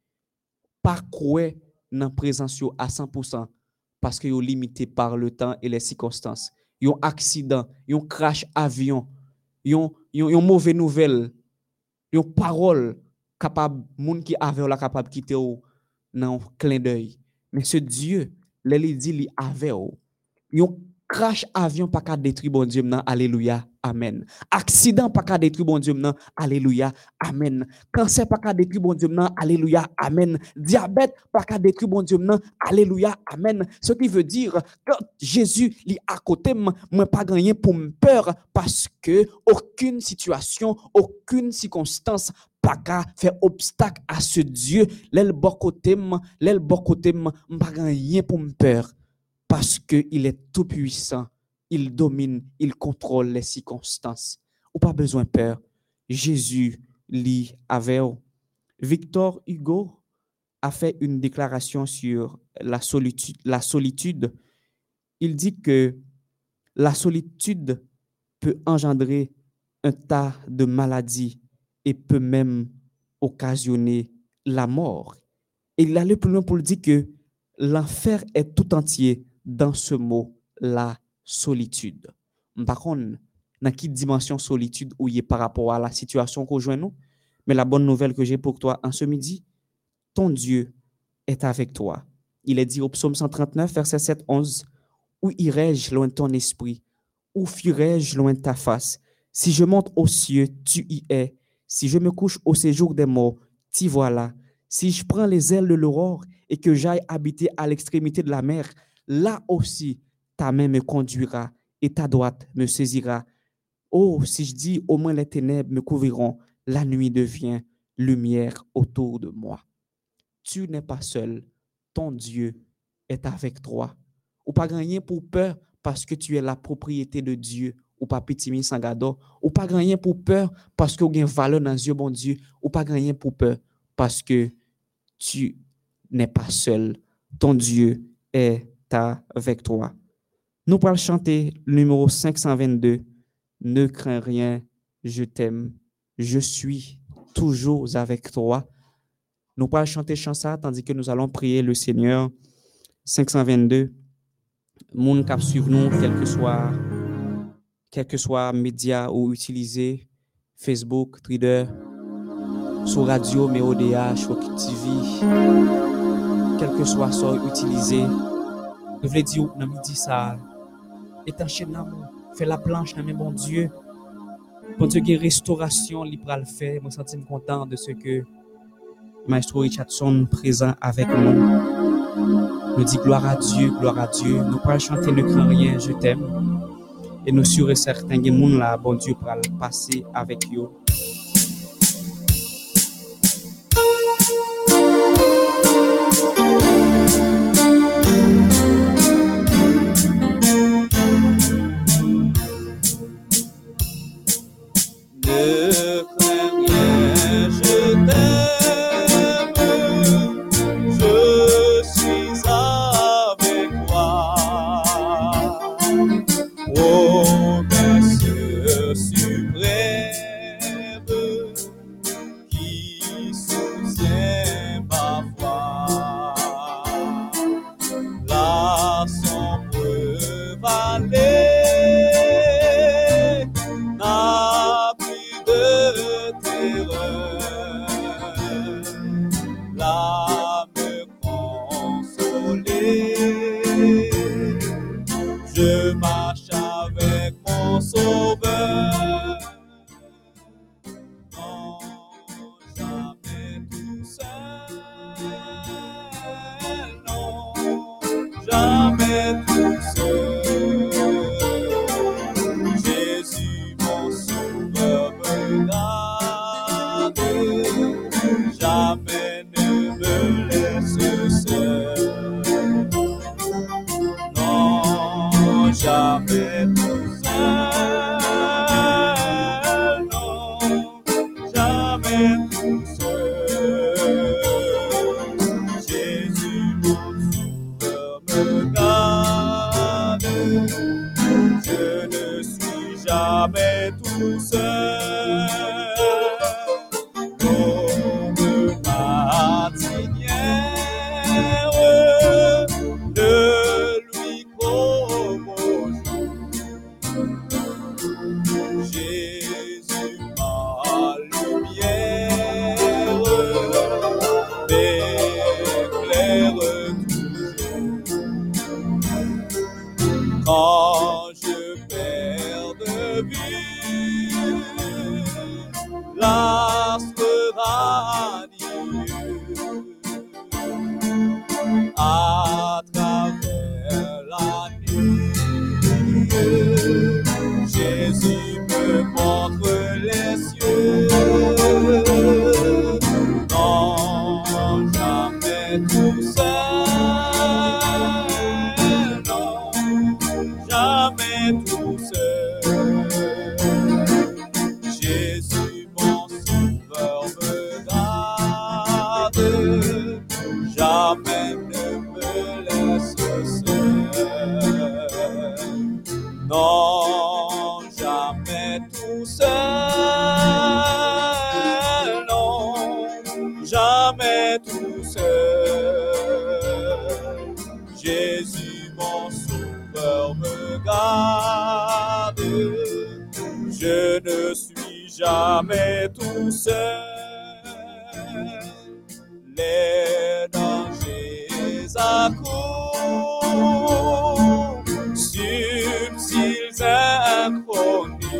pas quoi dans présence à cent pour cent parce que est limité par le temps et les circonstances. Yon accident, yon crash avion, yon yon, yon mauvaise nouvelle, yon parole capable monde qui avait la capable quitter ou dans clin d'œil. Mais ce Dieu, les dit li avait ou. Yon crash avion pas qu'à détruire bon Dieu maintenant, alléluia, amen. Accident pas qu'à détruire bon Dieu maintenant, alléluia, amen. Cancer pas qu'à détruire bon Dieu maintenant, alléluia, amen. Diabète pas qu'à détruire bon Dieu maintenant, alléluia, amen. Ce qui veut dire que Jésus li à côté moi pas gagné pour me peur parce que aucune situation, aucune circonstance pas qu'à faire obstacle à ce Dieu, l'el bon côté, l'el bon côté pas gagné pour me peur. Parce qu'il est tout puissant, il domine, il contrôle les circonstances. Ou pas besoin de peur. Jésus lit avec vous. Victor Hugo a fait une déclaration sur la solitude. La solitude. Il dit que la solitude peut engendrer un tas de maladies et peut même occasionner la mort. Et il allait plus loin pour dire que l'enfer est tout entier dans ce mot, la solitude. Par contre, dans quelle dimension solitude où il est par rapport à la situation qu'on joue nous? Mais la bonne nouvelle que j'ai pour toi en ce midi, ton Dieu est avec toi. Il est dit au psaume cent trente-neuf, verset sept à onze, où irai-je loin de ton esprit? Où fuirai-je loin de ta face? Si je monte aux cieux, tu y es. Si je me couche au séjour des morts, t'y voilà. Si je prends les ailes de l'aurore et que j'aille habiter à l'extrémité de la mer, là aussi, ta main me conduira et ta droite me saisira. Oh, si je dis au moins les ténèbres me couvriront, la nuit devient lumière autour de moi. Tu n'es pas seul, ton Dieu est avec toi. Ou pas gagner pour peur parce que tu es la propriété de Dieu. Ou pas petit sangado. Ou pas gagner pour peur parce que tu as une valeur dans Dieu, bon Dieu. Ou pas gagner pour peur parce que tu n'es pas seul, ton Dieu est avec toi. Nous allons chanter le numéro cinq cent vingt-deux. Ne crains rien, je t'aime, je suis toujours avec toi. Nous allons chanter chanson tandis que nous allons prier le Seigneur. cinq cent vingt-deux. Moun k'ap suivre nous, quel que soit, quel que soit média ou utilisé, Facebook, Twitter, sur radio, mais O D H, sur T V, quel que soit ça utilisé. Je voulais dire, dans midi ça, étanché dans l'amour, fais la planche dans mes bon Dieu. Bon Dieu, qui restauration, il va le faire. Moi, je suis content de ce que Maestro Richardson présent avec nous. Nous dit gloire à Dieu, gloire à Dieu. Nous pas chanter ne crains rien, je t'aime. Et nous sûrs et certains que monde là, bon Dieu, pour le passer avec eux. Ne crains rien, je t'aime, je suis avec toi. Promesse suprême qui soutient ma foi. La sombre vallée n'a plus de terreur, l'âme consolée. Je marche avec mon Sauveur, non, jamais tout seul, non, jamais tout seul. Jésus, mon Sauveur, me garde, jamais ne me laisse seul. Non, jamais tout seul, non, jamais tout seul. Jésus, mon Sauveur, me garde, je ne suis jamais tout seul. Comme martinière de lui comme au jour. Jésus, ma lumière, m'éclaire toujours. Quand je perds de vue l'astre radieux, à travers la nuit, Jésus me montre les cieux. Non, jamais tout seul, non, jamais tout seul. Jésus, mon Sauveur, me garde, jamais ne me laisse seul. Non, jamais tout seul, non, jamais tout seul. Jésus, mon Sauveur, me garde, je ne suis jamais tout seul. Les dangers accourent, subtils inconnus,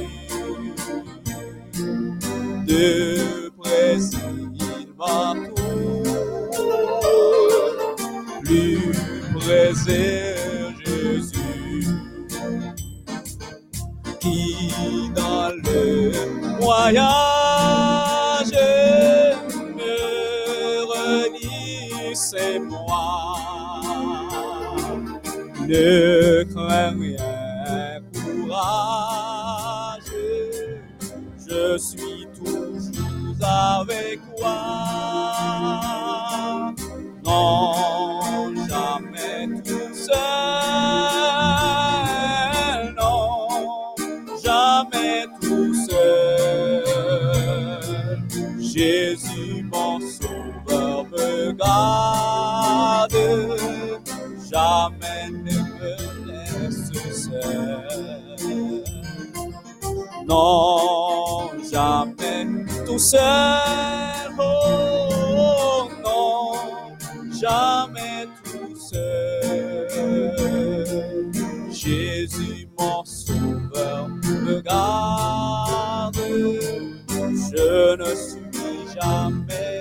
de près il m'entoure, plus près est Jésus, qui dans le voyage me renie ses moi. Ne crains rien, courage, je suis toujours avec toi. Non, jamais tout seul, non, jamais tout seul. Jésus, mon Sauveur, me garde, jamais ne me laisse seul. Non, jamais tout seul, oh non, jamais tout seul. Jésus, mon Sauveur, me garde,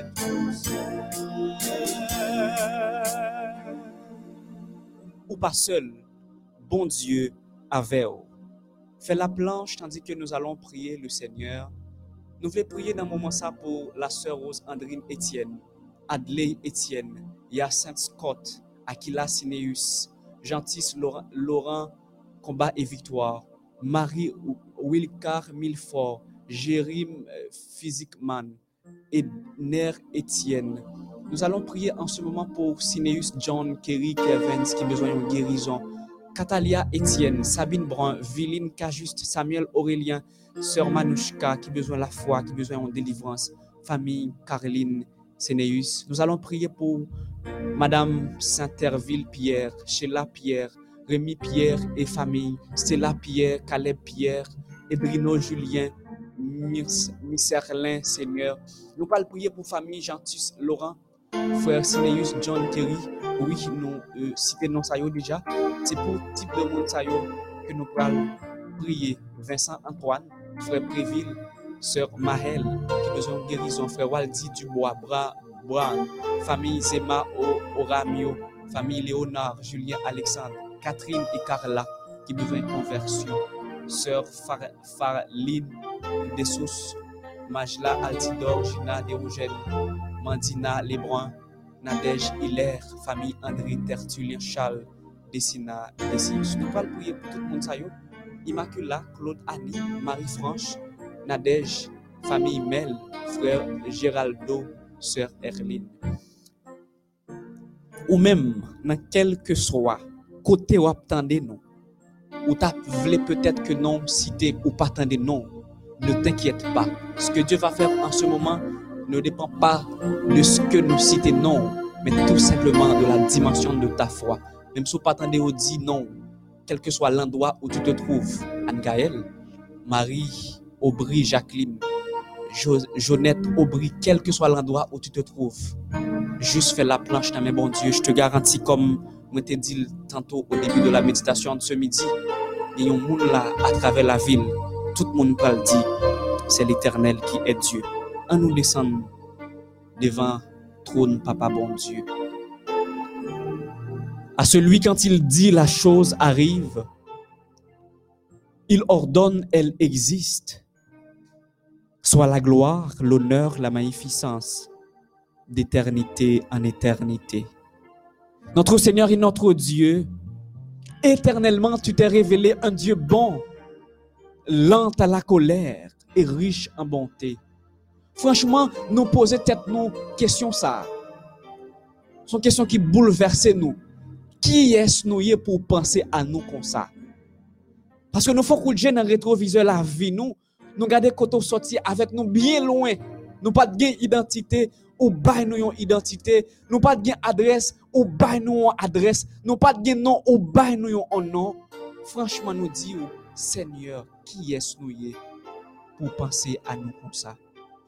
Ou pas seul, bon Dieu avec vous. Fais la planche tandis que nous allons prier le Seigneur. Nous voulons prier dans un moment ça pour la sœur Rose Andrine Etienne, Adley Etienne, Hyacinthe Scott, Aquila Sineus, Gentis Laurent, Laurent Combat et Victoire, Marie Wilcar Milfort, Jérim Physicman, Edner Etienne. Nous allons prier en ce moment pour Sineus John Kerry Kevins qui a besoin d'une guérison. Catalia Etienne, Sabine Brun, Viline Cajuste, Samuel Aurélien, Sœur Manouchka qui a besoin de la foi, qui a besoin de délivrance. Famille Caroline Sénéus. Nous allons prier pour Madame Saint-Herville Pierre, Sheila Pierre, Rémi Pierre et famille, Stella Pierre, Caleb Pierre, Edrino Julien, Misserlin Seigneur. Nous allons prier pour famille Gentis Laurent, frère Sineus John Kerry. Oui, nous euh, citons non ça déjà. C'est pour le type de monde ça que nous allons prier. Vincent Antoine, frère Préville, sœur Mahel, qui a besoin de guérison, frère Waldi Dubois, Bra, Brown, famille Zema Oramio, famille Léonard, Julien Alexandre, Catherine et Carla, qui a besoin de conversion, sœur Far, Farline Dessous, Majla Altidor, Gina Desrougènes, Mandina Lebrun, Nadège Hilaire, famille André Tertullien Charles, Dessina Dessina. Nous allons prier pour tout le monde ça. Immaculata, Claude Annie, Marie-Franche, Nadège, famille Mel, frère Géraldo, sœur Erline. Ou même, dans quel que soit côté où attendez nous, ou tu voulez peut-être que non citer ou pas attendre non, ne t'inquiète pas. Ce que Dieu va faire en ce moment ne dépend pas de ce que nous citons non, mais tout simplement de la dimension de ta foi. Même si tu pas attendre ou dit non, quel que soit l'endroit où tu te trouves, Anne-Gaëlle, Marie, Aubry, Jacqueline, jo- Jonette, Aubry, quel que soit l'endroit où tu te trouves, juste fais la planche dans mes bon Dieu. Je te garantis, comme je t'ai dit tantôt au début de la méditation de ce midi, il y a un monde là à travers la ville, tout le monde peut le dire, c'est l'Éternel qui est Dieu. En nous descendre devant trône, Papa bon Dieu. À celui, quand il dit la chose arrive, il ordonne, elle existe. Soit la gloire, l'honneur, la magnificence, d'éternité en éternité. Notre Seigneur et notre Dieu, éternellement tu t'es révélé un Dieu bon, lent à la colère et riche en bonté. Franchement, nous poser tête nos questions ça. Ce sont questions qui bouleversent nous. Qui est-ce nous pour penser à nous comme ça? Parce que nous faut que dans le rétroviseur la vie nous, nous garder côté sortir avec nous bien loin. Nous pas de identité ou bail nous une identité, nous pas de adresse ou bail nous une adresse, nous pas de nom ou bail nous un nom. Franchement nous dit Seigneur, qui est-ce nous pour penser à nous comme ça?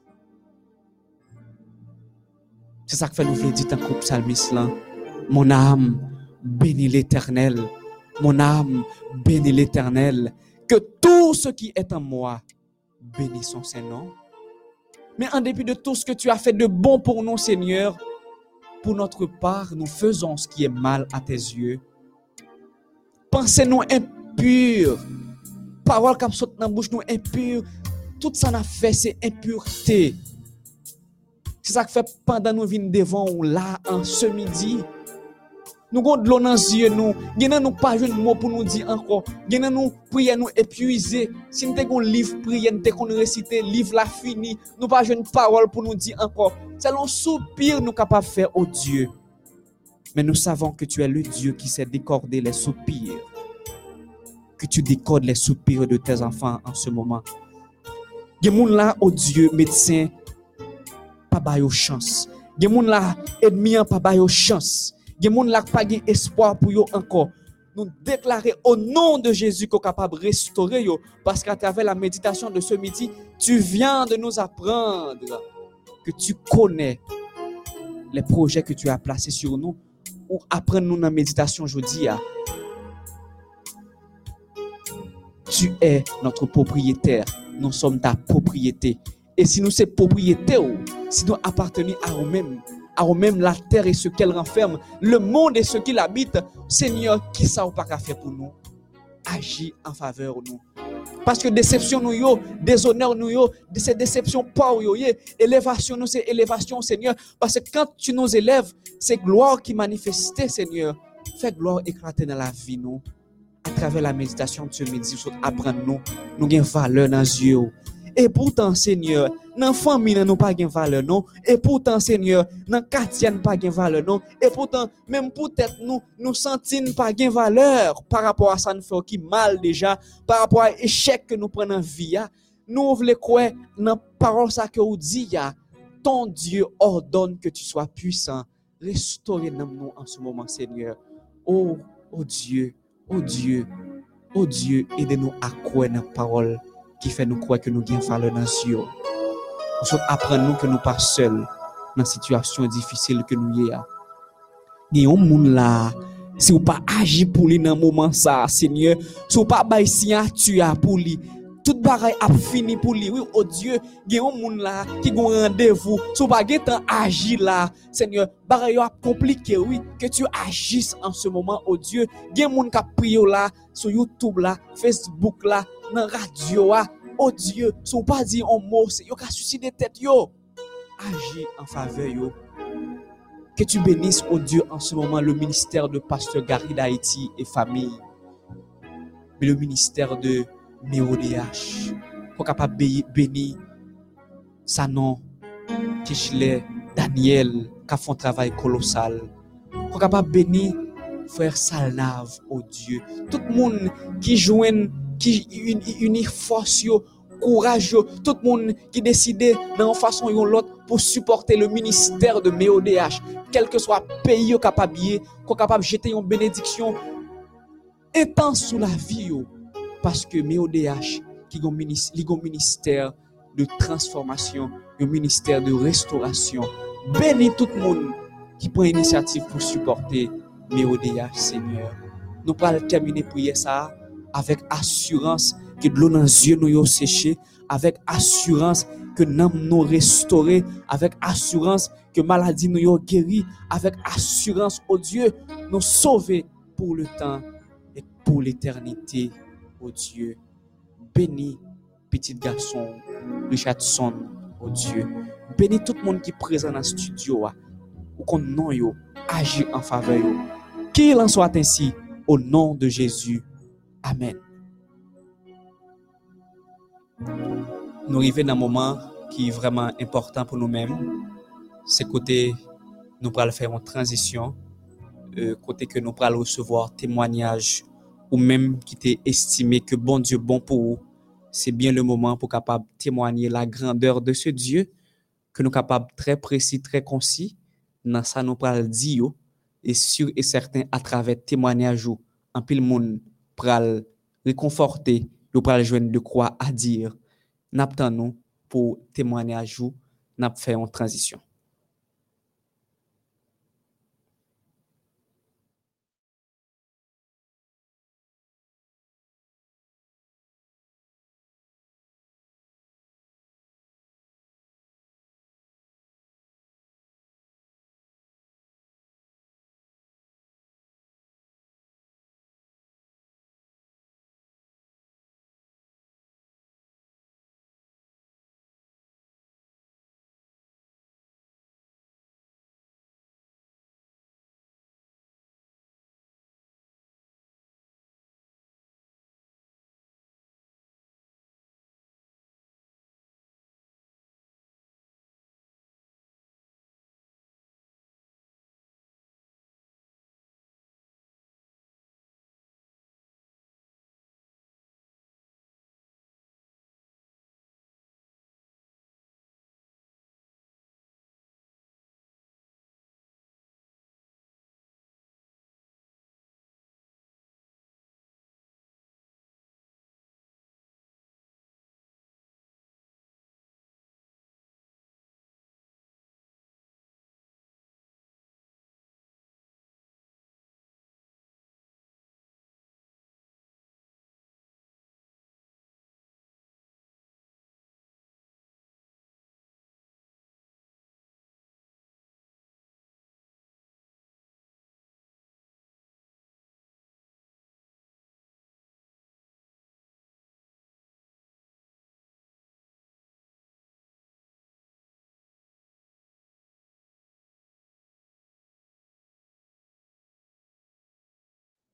C'est ça que fait nous veut dire dans le psalmiste là. Mon âme bénis l'Éternel, mon âme bénis l'Éternel, que tout ce qui est en moi bénisse son Saint-Nom. Mais en dépit de tout ce que tu as fait de bon pour nous, Seigneur, pour notre part, nous faisons ce qui est mal à tes yeux. Pensez-nous impurs, paroles qui sortent dans la bouche nous impures, tout ça n'a fait c'est impureté. C'est ça que fait pendant nous venir devant là en ce midi. Nous avons de l'eau dans les yeux, nous n'avons pas de mot pour nous dire encore. Nous avons prié, nous épuiser. Si nous avons un livre prié, nous avons récité, le livre l'a fini. Nous n'avons pas de parole pour nous dire encore. C'est un soupir nous capables de faire au Dieu. Mais nous savons que tu es le Dieu qui sait décorder les soupirs. Que tu décordes les soupirs de tes enfants en ce moment. Il y a des gens là, au Dieu, médecin, pas bail chance. Il y a des gens là, ennemi, pas bail chance. Il y a des gens là qui n'ont pas espoir pour eux encore. Nous déclarer au nom de Jésus qu'on est capable de restaurer eux, parce qu'à travers la méditation de ce midi, tu viens de nous apprendre que tu connais les projets que tu as placés sur nous, ou apprendre-nous dans la méditation aujourd'hui. Tu es notre propriétaire, nous sommes ta propriété. Et si nous sommes propriétaires, si nous appartenons à nous-mêmes, à nous-mêmes la terre et ce qu'elle renferme, le monde et ce qu'il habite, Seigneur, qui ça ou pas qu'à faire pour nous? Agis en faveur de nous. Parce que déception nous yo, déshonneur nous yo, c'est déception pas yo, élévation nous c'est élévation Seigneur. Parce que quand tu nous élèves, c'est gloire qui manifeste Seigneur. Fais gloire éclater dans la vie nous. À travers la méditation de ce midi, apprendre nous, nous avons valeur dans les yeux. Et pourtant, Seigneur, dans la famille, nous n'avons pas de valeur, non. Et pourtant, Seigneur, dans le quartier, nous n'avons pas de valeur, non. Et pourtant, même peut-être nous, nous sentons pas de valeur par rapport à ça, nous faisons qui mal déjà, par rapport à l'échec que nous prenons en vie. Nous voulons croire dans la parole ça que vous dit, ton Dieu ordonne que tu sois puissant. Restaurez nous en ce moment, Seigneur. Oh, oh Dieu. Oh Dieu, oh Dieu, aidez-nous à croire dans la parole qui fait nous croire que nous avons valeur dans Dieu. Nous apprenons que nous ne sommes pas seuls dans la situation difficile que nous y avons. Il y a un monde là, si vous ne pas agir pour lui dans le moment ça, Seigneur, si vous ne pas bailler signature pour lui, tout bagaille a fini pour lui. Oui, oh Dieu, il y a un monde là qui a un rendez-vous. Si vous pas temps agir là, Seigneur, bagaille a compliqué, oui, que tu agisses en ce moment, oh Dieu. Il y a un monde qui a prié là, sur YouTube là, Facebook là, dans la radio là. Oh Dieu, si vous pas dire un mot, c'est yo ka suicider tête yo. Agis en faveur yo. Que tu bénisses, oh Dieu, en ce moment le ministère de Pasteur Gary d'Haïti et famille. Mais le ministère de Méo D H, pour capable bénir sa nom, Kichle, Daniel, qui font un travail colossal, pour capable bénir frère Salnave, oh Dieu, tout le monde qui joue, qui unit force, courage, tout le monde qui décide d'une façon ou l'autre pour supporter le ministère de Méo D H, quel que soit le pays capable qu'on capable jeter une bénédiction intense sur la vie. Parce que Méo D H, qui est un ministère de transformation, un ministère de restauration, bénis tout le monde qui prend l'initiative pour supporter Méo D H, Seigneur. Nous allons terminer prier ça avec assurance que de l'eau dans les yeux nous séché, avec assurance que nous nous restauré, avec assurance que maladie nous guéri, avec assurance, oh Dieu, nous sauver pour le temps et pour l'éternité. Oh Dieu, bénis petit garçon Richardson, oh Dieu, bénis tout le monde qui est présent dans le studio, ou qu'on non yo, agit en faveur yo. Qu'il en soit ainsi, au nom de Jésus. Amen. Nous arrivons dans un moment qui est vraiment important pour nous-mêmes. C'est côté nous allons faire une transition, euh, côté que nous allons recevoir témoignage ou même qui t'est estimé que bon Dieu bon pour vous, c'est bien le moment pour capable témoigner la grandeur de ce Dieu que nous capable très précis, très concis dans ça nous pral dire et sûr et certain à travers témoignage ou en pile monde pral réconforter, nous pral joindre de quoi à dire. N'attendons nous pour témoignage ou n'a fait en transition.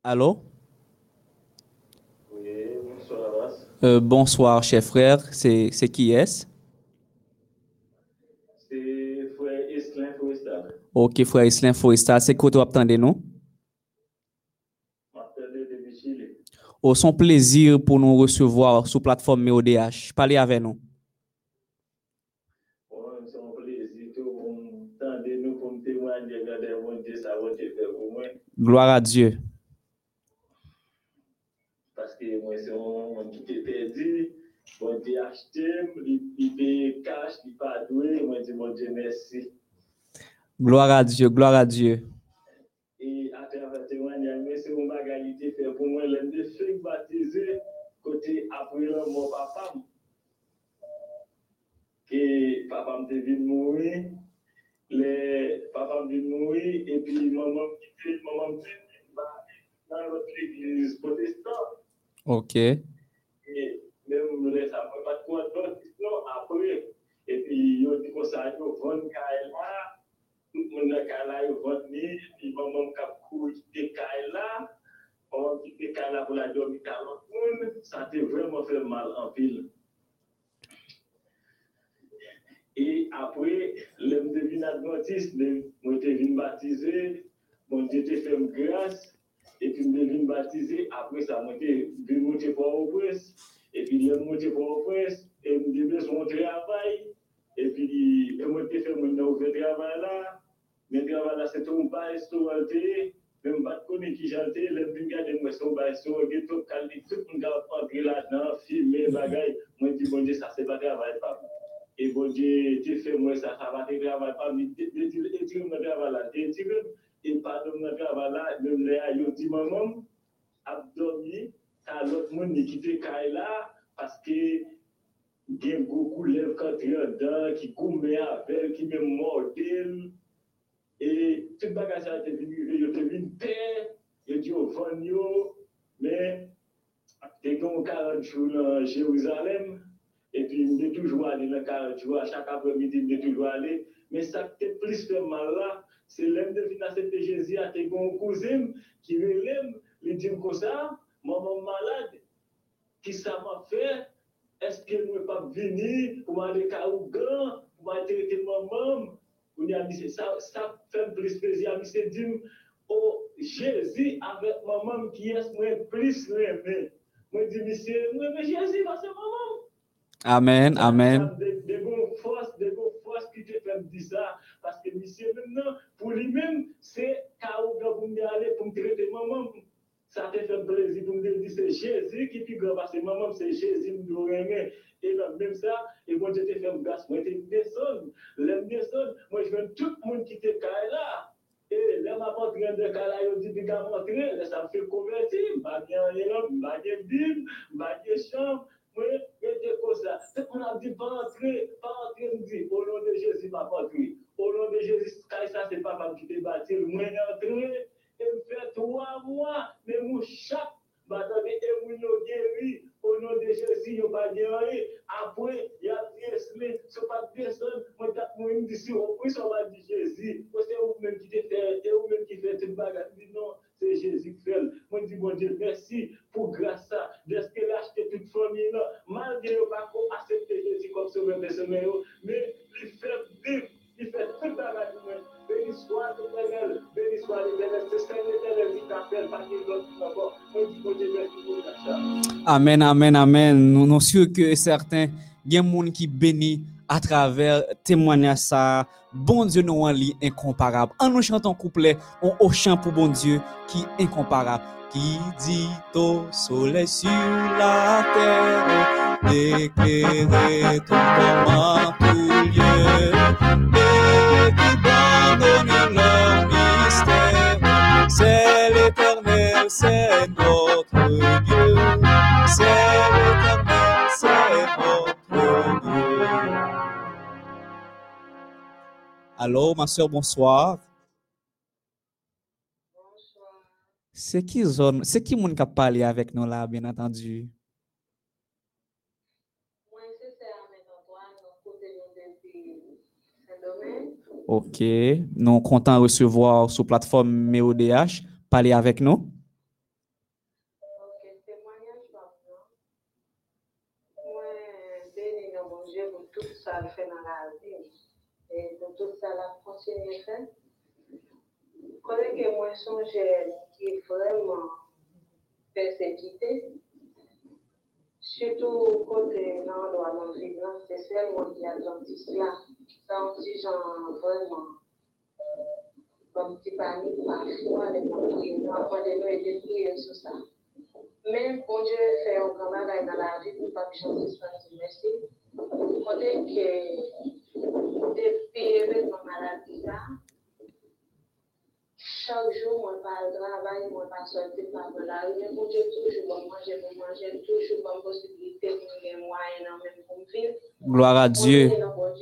Allô? Oui, bonsoir, Abbas. Euh, bonsoir, cher frère. C'est, c'est qui est-ce? C'est frère Esclin Forestal. Ok, frère Islin Foresta, c'est quoi tu attendez nous? M'appelle depuis Chili. Au son plaisir pour nous recevoir sur plateforme M O D H. Parlez avec nous. Bon, c'est un plaisir tout pour m'entendre nous pour me témoigner de mon Dieu, ça va te faire pour moi. Gloire à Dieu. Parce que moi, c'est un monde qui t'est perdu. Bon Dieu acheté, il paye cash, il pas doué. Moi, je dis, mon Dieu, merci. Gloire à Dieu, gloire à Dieu. Et à travers témoignage, mais c'est un bagage qui t'est fait pour moi. L'un des filles baptisées, côté après mon papa, que papa me devait mourir. Les papa me devait mourir, et puis maman me dit, maman me dit, dans notre église protestante. Ok. Et même les ça ne pas de quoi d'autre, non, après. Et puis, ils ont dit que ça, ils ont vendu là, tout le monde là, ils ont vendu, et puis maman a couru quitter là, on quitter là pour la dormir à l'autre monde, ça a vraiment fait mal en pile. Et après, l'homme devenu adventiste, moi j'étais venu baptiser, mon Dieu t'a fait grâce, et puis je devenu baptiser, après ça, moi j'étais venu monter pour au presse, et puis je monté pour au presse, et je devais mon travail, et puis moi j'étais fait mon nouveau travail là, mais travail là, c'est un pas restaurant, même pas de connaître qui j'étais, le but de moi, c'est un pas restaurant, tout le monde a entré là-dedans, filmer, bagaille, moi je dis, bon Dieu, ça c'est pas travail, pas. Et bon Dieu, tu fais moi ça, ça va te travailler pas, mais tu me travailles là, tu et pas de me travail là, même les aïeux dit maman, abdomi, t'as l'autre monde qui te caille là, parce que il y a beaucoup de lèvres quand tu es dedans, qui goûtent avec, qui me mordent, et tout le bagage ça te venu, je te venu terre, je dis au vanio, mais tu es comme quarante jours dans Jérusalem. Et puis, je toujours aller dans le quarante jours, à chaque après-midi, je toujours aller. Mais ça qui est plus fait mal là, c'est l'homme de venir accepter Jésus à tes cousins qui relève, lui dit comme ça, maman malade, qui ça m'a fait? Est-ce que moi pas venir pour aller à Ougan, pour aller traiter maman? On a dit ça, ça fait plus plaisir. Il s'est dit, oh, Jésus avec maman qui est moins plus aimé. Moi, je dis, monsieur, moi, mais Jésus, c'est maman. Amen, amen. Des bonnes forces, des bonnes forces qui te fait dire ça. Parce que monsieur, maintenant, pour lui-même, c'est Kaouga pour me aller pour me traiter maman. Ça te fait plaisir pour me dire c'est Jésus qui est grand parce que maman, c'est Jésus qui me aimer. Et là, même ça, et moi, je te fais grâce. Moi, je te descends. L'aime descendre. Moi, je veux tout le monde qui te caille là. Et là, ma porte de Kala, je dis, que rentrer, ça me fait convertir. Je ne vais pas de Bible, je ne de chambre. Oui, et c'est comme ça. C'est qu'on a dit, pas entrer, pas entrer, on dit, au nom de Jésus, pas entrer. Au nom de Jésus, ça, c'est pas qui te bâti. Moi, entrer, et me fait trois mois, mais mon chaque, madame, et mon guéri, au nom de Jésus, il n'y a pas guéri. Après, il y a pièce, ce pas personne, moi, je me dis, si on prie, on va dire Jésus. C'est vous-même qui te fait, et vous-même qui fait toute bagarre. Non, c'est Jésus qui fait. Moi, je dis, bon Dieu, merci pour grâce à, de ce qu'il a acheté toute famille, malgré le pas accepter Jésus comme sauveur personnel, mais il fait vivre, il fait toute bagarre. Béni soit l'Éternel, béni soit l'Éternel, c'est ce l'Éternel qui t'appelle, pas qu'il d'autre encore. Moi, je dis, bon Dieu, merci pour grâce. Amen, amen, amen. Nous sommes sûrs que certains, il y a des gens qui bénissent à travers témoignage ça. Bon Dieu, nous en lit incomparable. En nous chantons couplet, on au chant pour bon Dieu qui est incomparable. Qui dit au soleil sur la terre, d'éclairer ton moment tout lieu, et qui pardonne leur mystère. C'est l'Éternel, c'est notre Dieu. C'est l'Éternel, c'est notre Dieu. Allô, ma soeur, bonsoir. Bonsoir. C'est qui zone, c'est qui moun qui a parlé avec nous là, bien entendu? Moi, c'est Ahmed Antoine, donc côté depuis Saint-Domingue. Ok, nous comptons recevoir sur plateforme M O D H. Parler avec nous. la continuer faire. Quand que moi songe qui est vraiment persécuté, surtout côté dans l'endroit dans vivre, c'est seulement qui a Atlantis là. Ça aussi genre vraiment comme petit panique parfois les prières, après de nous aider prier sur ça. Même quand Dieu fait un grand travail dans la vie pour pas que je me fasse merci. Côté que depuis avec ma maladie là, chaque jour, moi, par le travail, moi, par sortir par la rue, mais pour Dieu, toujours bon manger, bon manger, toujours bonne possibilité pour les moyens, même pour vivre. Gloire à Dieu. Parce que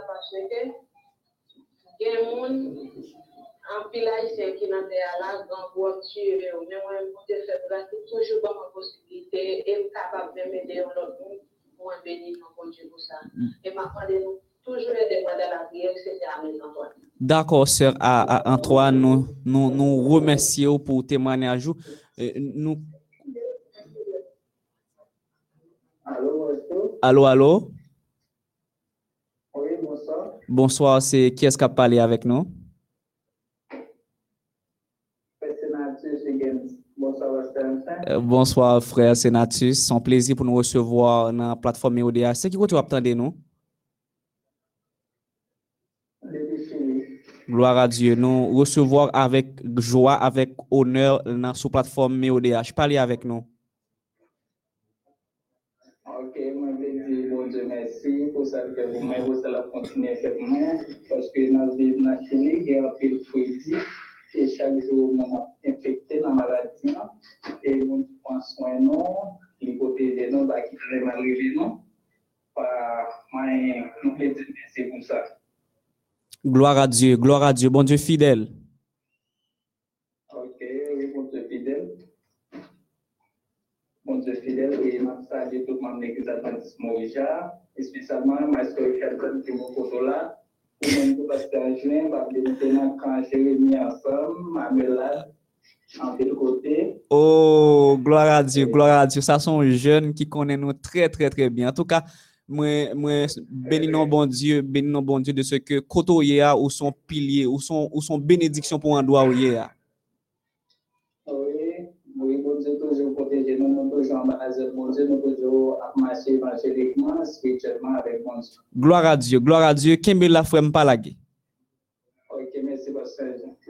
il y a des gens en pile haïtien qui n'ont pas la grande voiture, mais moi, pour te faire pratique, toujours bonne possibilité, et capable de m'aider l'autre monde, moi, béni, mon Dieu, pour ça. Et ma foi, toujours aider moi dans la prière, c'est à mes Antoine. D'accord, sœur à, à Antoine, nous, nous, nous remercions pour témoignage. Euh, Nous... Allô, bonjour. Allô, allô? Oui, bonsoir. Bonsoir, c'est qui est-ce qui a parlé avec nous? Bonsoir, Euh, bonsoir, frère Sénatus. C'est un plaisir pour nous recevoir dans la plateforme O D A. C'est qui que tu attendez nous? Gloire à Dieu. Nous recevoir avec joie, avec honneur dans la plateforme O D H. Parlez avec nous. Ok, moi je dis bon Dieu merci pour ça que vous m'avez vous allez continuer avec moi parce que dans la vie dans la clinique il y a un peu de fruits et chaque jour on est infecté dans la maladie et nous prenons soin non les côtés de nous bah qui vraiment arrivé non par moi nous les dire merci pour ça. Gloire à Dieu, gloire à Dieu, bon Dieu fidèle. Ok, oui, bon Dieu fidèle. Bon Dieu fidèle, et je salue tout le monde de l'Église adventiste Morija, spécialement ma soeur Kelton qui est photo là, ou même tout pasteur Angelin, va maintenant quand Jérémie ensemble, ma Mélade, en de côté. Oh, gloire à Dieu, gloire à Dieu. Ça sont jeunes qui connaissent nous très, très, très bien. En tout cas, moi, moi, bénis non bon Dieu, bénis non bon Dieu de ce que côtoyer a ou son pilier ou son ou son bénédiction pour un doigt ou hier. Oui, oui, bon Dieu toujours protéger nous, nous toujours embrasser bon Dieu, nous toujours marcher évangéliquement, spirituellement avec bon Dieu. Gloire à Dieu, gloire à Dieu. Kembe la frère m'palagé. Ok, merci pasteur.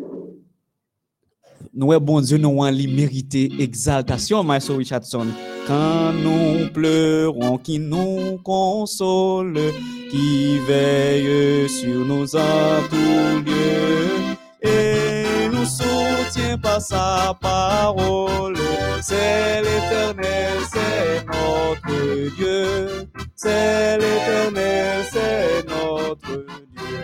Nous, bon Dieu, nous avons mérité exaltation, Maestro Richardson. Quand nous pleurons, qui nous console, qui veille sur nous en tout lieu, et nous soutient par sa parole. C'est l'Éternel, c'est notre Dieu. C'est l'Éternel, c'est notre Dieu.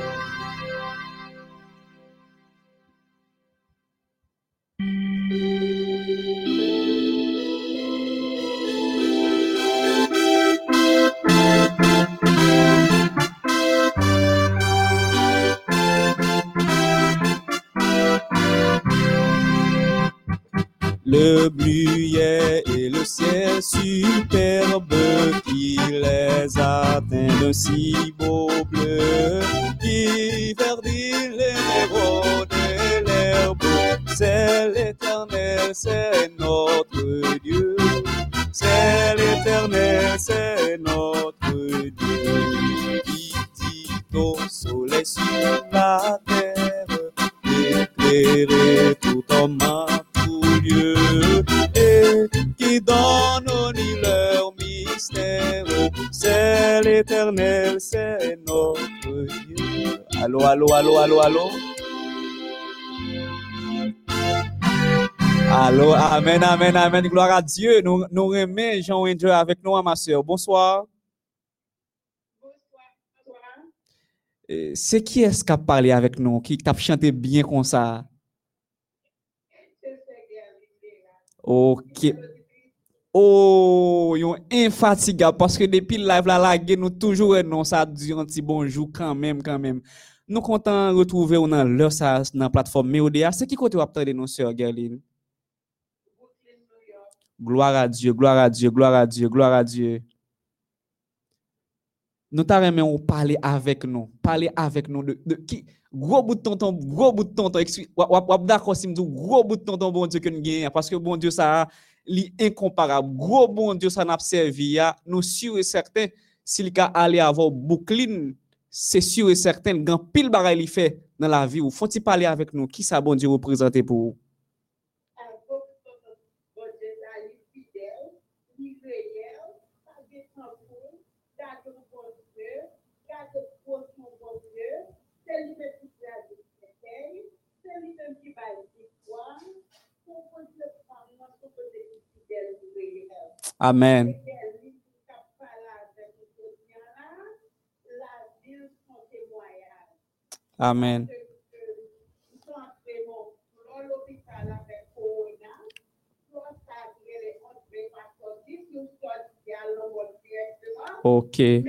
Le bleuet et le ciel superbe qui les atteint de si beau bleu, qui verdit les héros de l'herbe. C'est l'Éternel, c'est notre Dieu. C'est l'Éternel, c'est notre Dieu. Qui dit au soleil sur la terre, éclairer tout homme en tout lieu, et qui donne au nid leur mystère. C'est l'Éternel, c'est notre Dieu. Allô, allô, allô, allô, allô. Allô, amen, amen, amen, gloire à Dieu. Nous, nous remet Jean Dieu avec nous, ma soeur. Bonsoir. Euh, C'est qui est-ce qui a parlé avec nous, qui t'a chanté bien comme ça? Ok. Oh, yon infatigable parce que depuis le live la lague nous toujours non ça dit un petit bonjour quand même quand même. Nous content retrouver on dans l'heure ça dans plateforme O D A. C'est qui côté vous attendez nous sœur Gerline? Gloire à Dieu, gloire à Dieu, gloire à Dieu, gloire à Dieu. Nous t'avons parler avec nous, parler avec nous de, de qui Gros bout de tonton, gros bout de tonton, wap d'accord si m'dou gros bout de tonton bon Dieu que nous gagnons parce que bon Dieu ça li incomparable. Gros bon Dieu ça n'a servi ya, nous sûr et certain s'il ka aller avoir boucline, c'est sûr et certain grand pile bagay li fait dans la vie ou faut-il parler avec nous qui ça bon Dieu représenter pour vous? Amen. Amen. OK.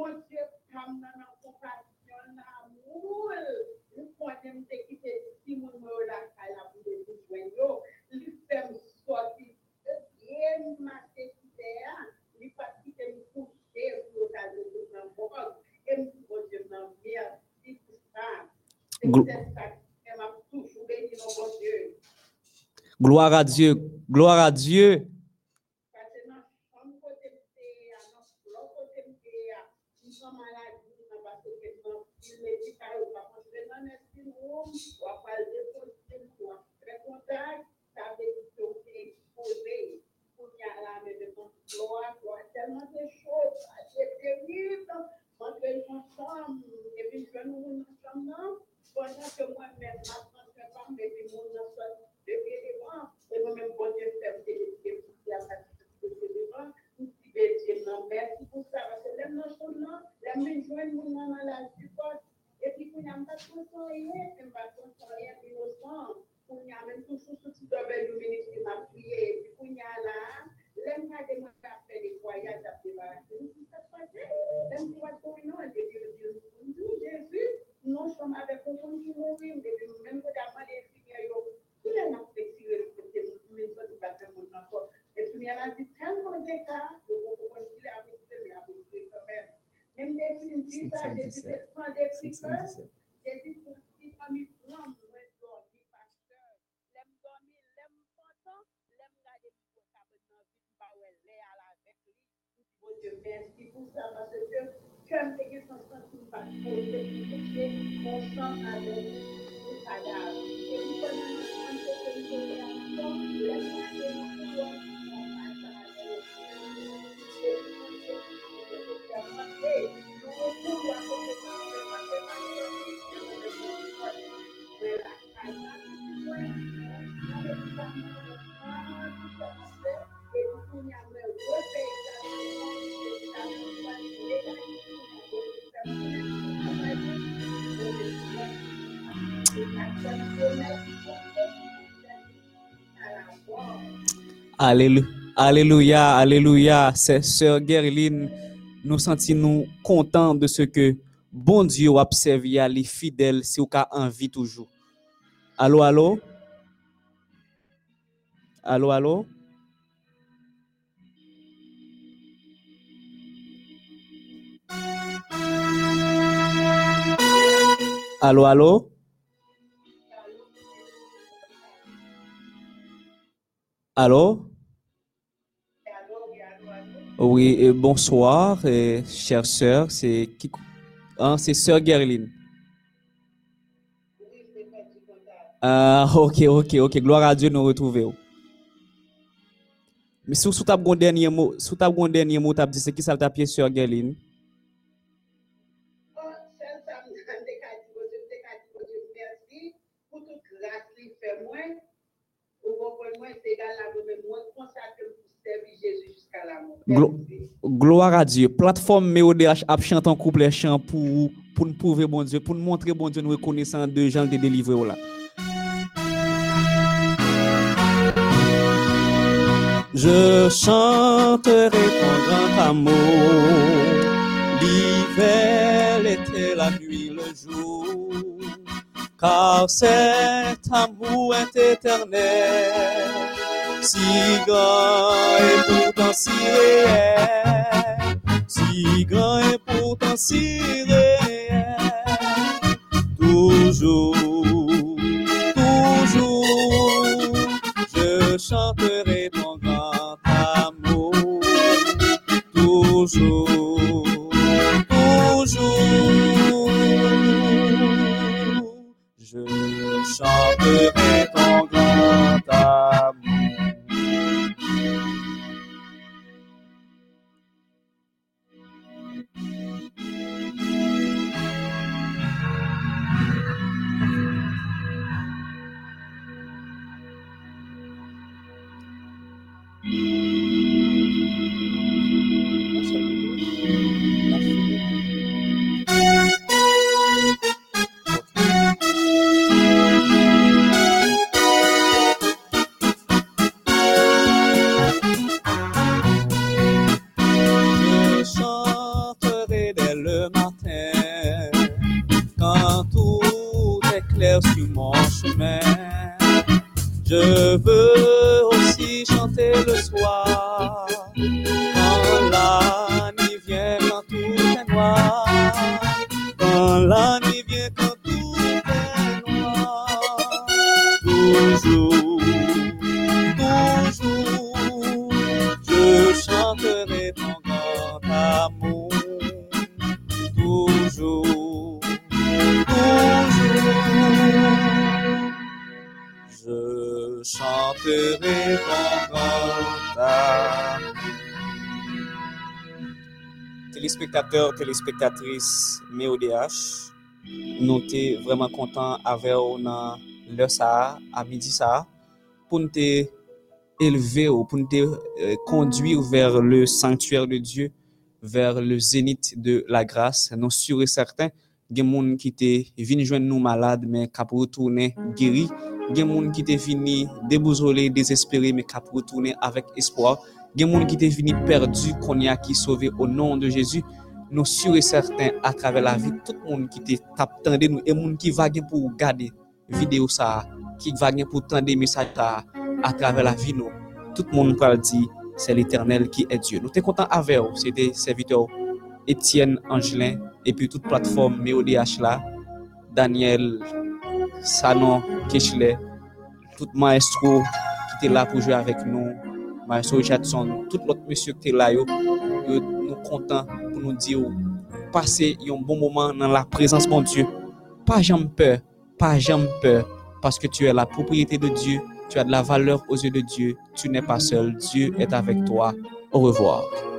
Gloire à Dieu, gloire à Dieu. Alléluia, alléluia, alléluia. C'est sœur Gerline, nous sentons nous contents de ce que bon Dieu a servi à les fidèles si vous avez envie toujours. Allô, allô? Allô, allô? Allô, allô? Allô? Oui, et bonsoir, et chère sœur, c'est qui? Hein, c'est sœur Gerline. Ah, ok, ok, ok. Gloire à Dieu, nous retrouver. Mais si vous avez un dernier mot, si vous avez un dernier mot, tu dit c'est qui ça t'a pied sœur Gerline? Glo- gloire à Dieu. Plateforme M E O D H a chanté en couple chant pour pour nous prouver bon Dieu, pour nous montrer bon Dieu nous reconnaissant de gens de délivrer là. Je chanterai ton grand amour, l'hiver, l'été, la nuit, le jour, car cet amour est éternel, si grand et pourtant si réel, si grand et pourtant si réel. Tout toujours, toujours, je chanterai ton grand amour. Toujours, toujours, je chanterai ton grand amour. Je chanterai dès le matin, quand tout est clair sur mon chemin. Je veux aussi chanter le soir, quand la nuit vient, quand tout est noir. Quand la nuit vient, quand tout est noir. Toujours, toujours, je chanterai ton grand amour. Toujours, toujours, je chanterai ton grand amour. Téléspectateurs, téléspectatrices, M O D H, nous sommes vraiment contents avec vous dans l'heure ça, à midi ça, pour nous élever, pour nous euh, conduire vers le sanctuaire de Dieu, vers le zénith de la grâce. Nous sommes sûrs et certains, il y a des gens qui sont venus joindre nous malades, mais qui ont retourné guéris. Il y a des gens qui sont venus déboussolés, désespérés, mais qui ont retourné avec espoir. Il y a des gens qui sont venus perdus, qu'on y a qui sauvé au nom de Jésus. Nous sûrs et certains à travers la vie, tout le monde qui t'attendait nous et les gens qui va pour regarder vidéo ça, qui va pour tendre des messages à travers la vie nous. Tout le monde peut dire c'est l'Éternel qui est Dieu. Nous sommes contents avec vous, c'était serviteur Étienne Angelin et puis toute plateforme M O D H là, Daniel Sanon Kechler, tout maestro qui était là pour jouer avec nous. Maestro Richardson, tout l'autre monsieur qui était là, yo, yo, nous contents pour nous dire, passer un bon moment dans la présence de Dieu. Pas jamais peur, pas jamais peur, parce que tu es la propriété de Dieu, tu as de la valeur aux yeux de Dieu, tu n'es pas seul, Dieu est avec toi. Au revoir.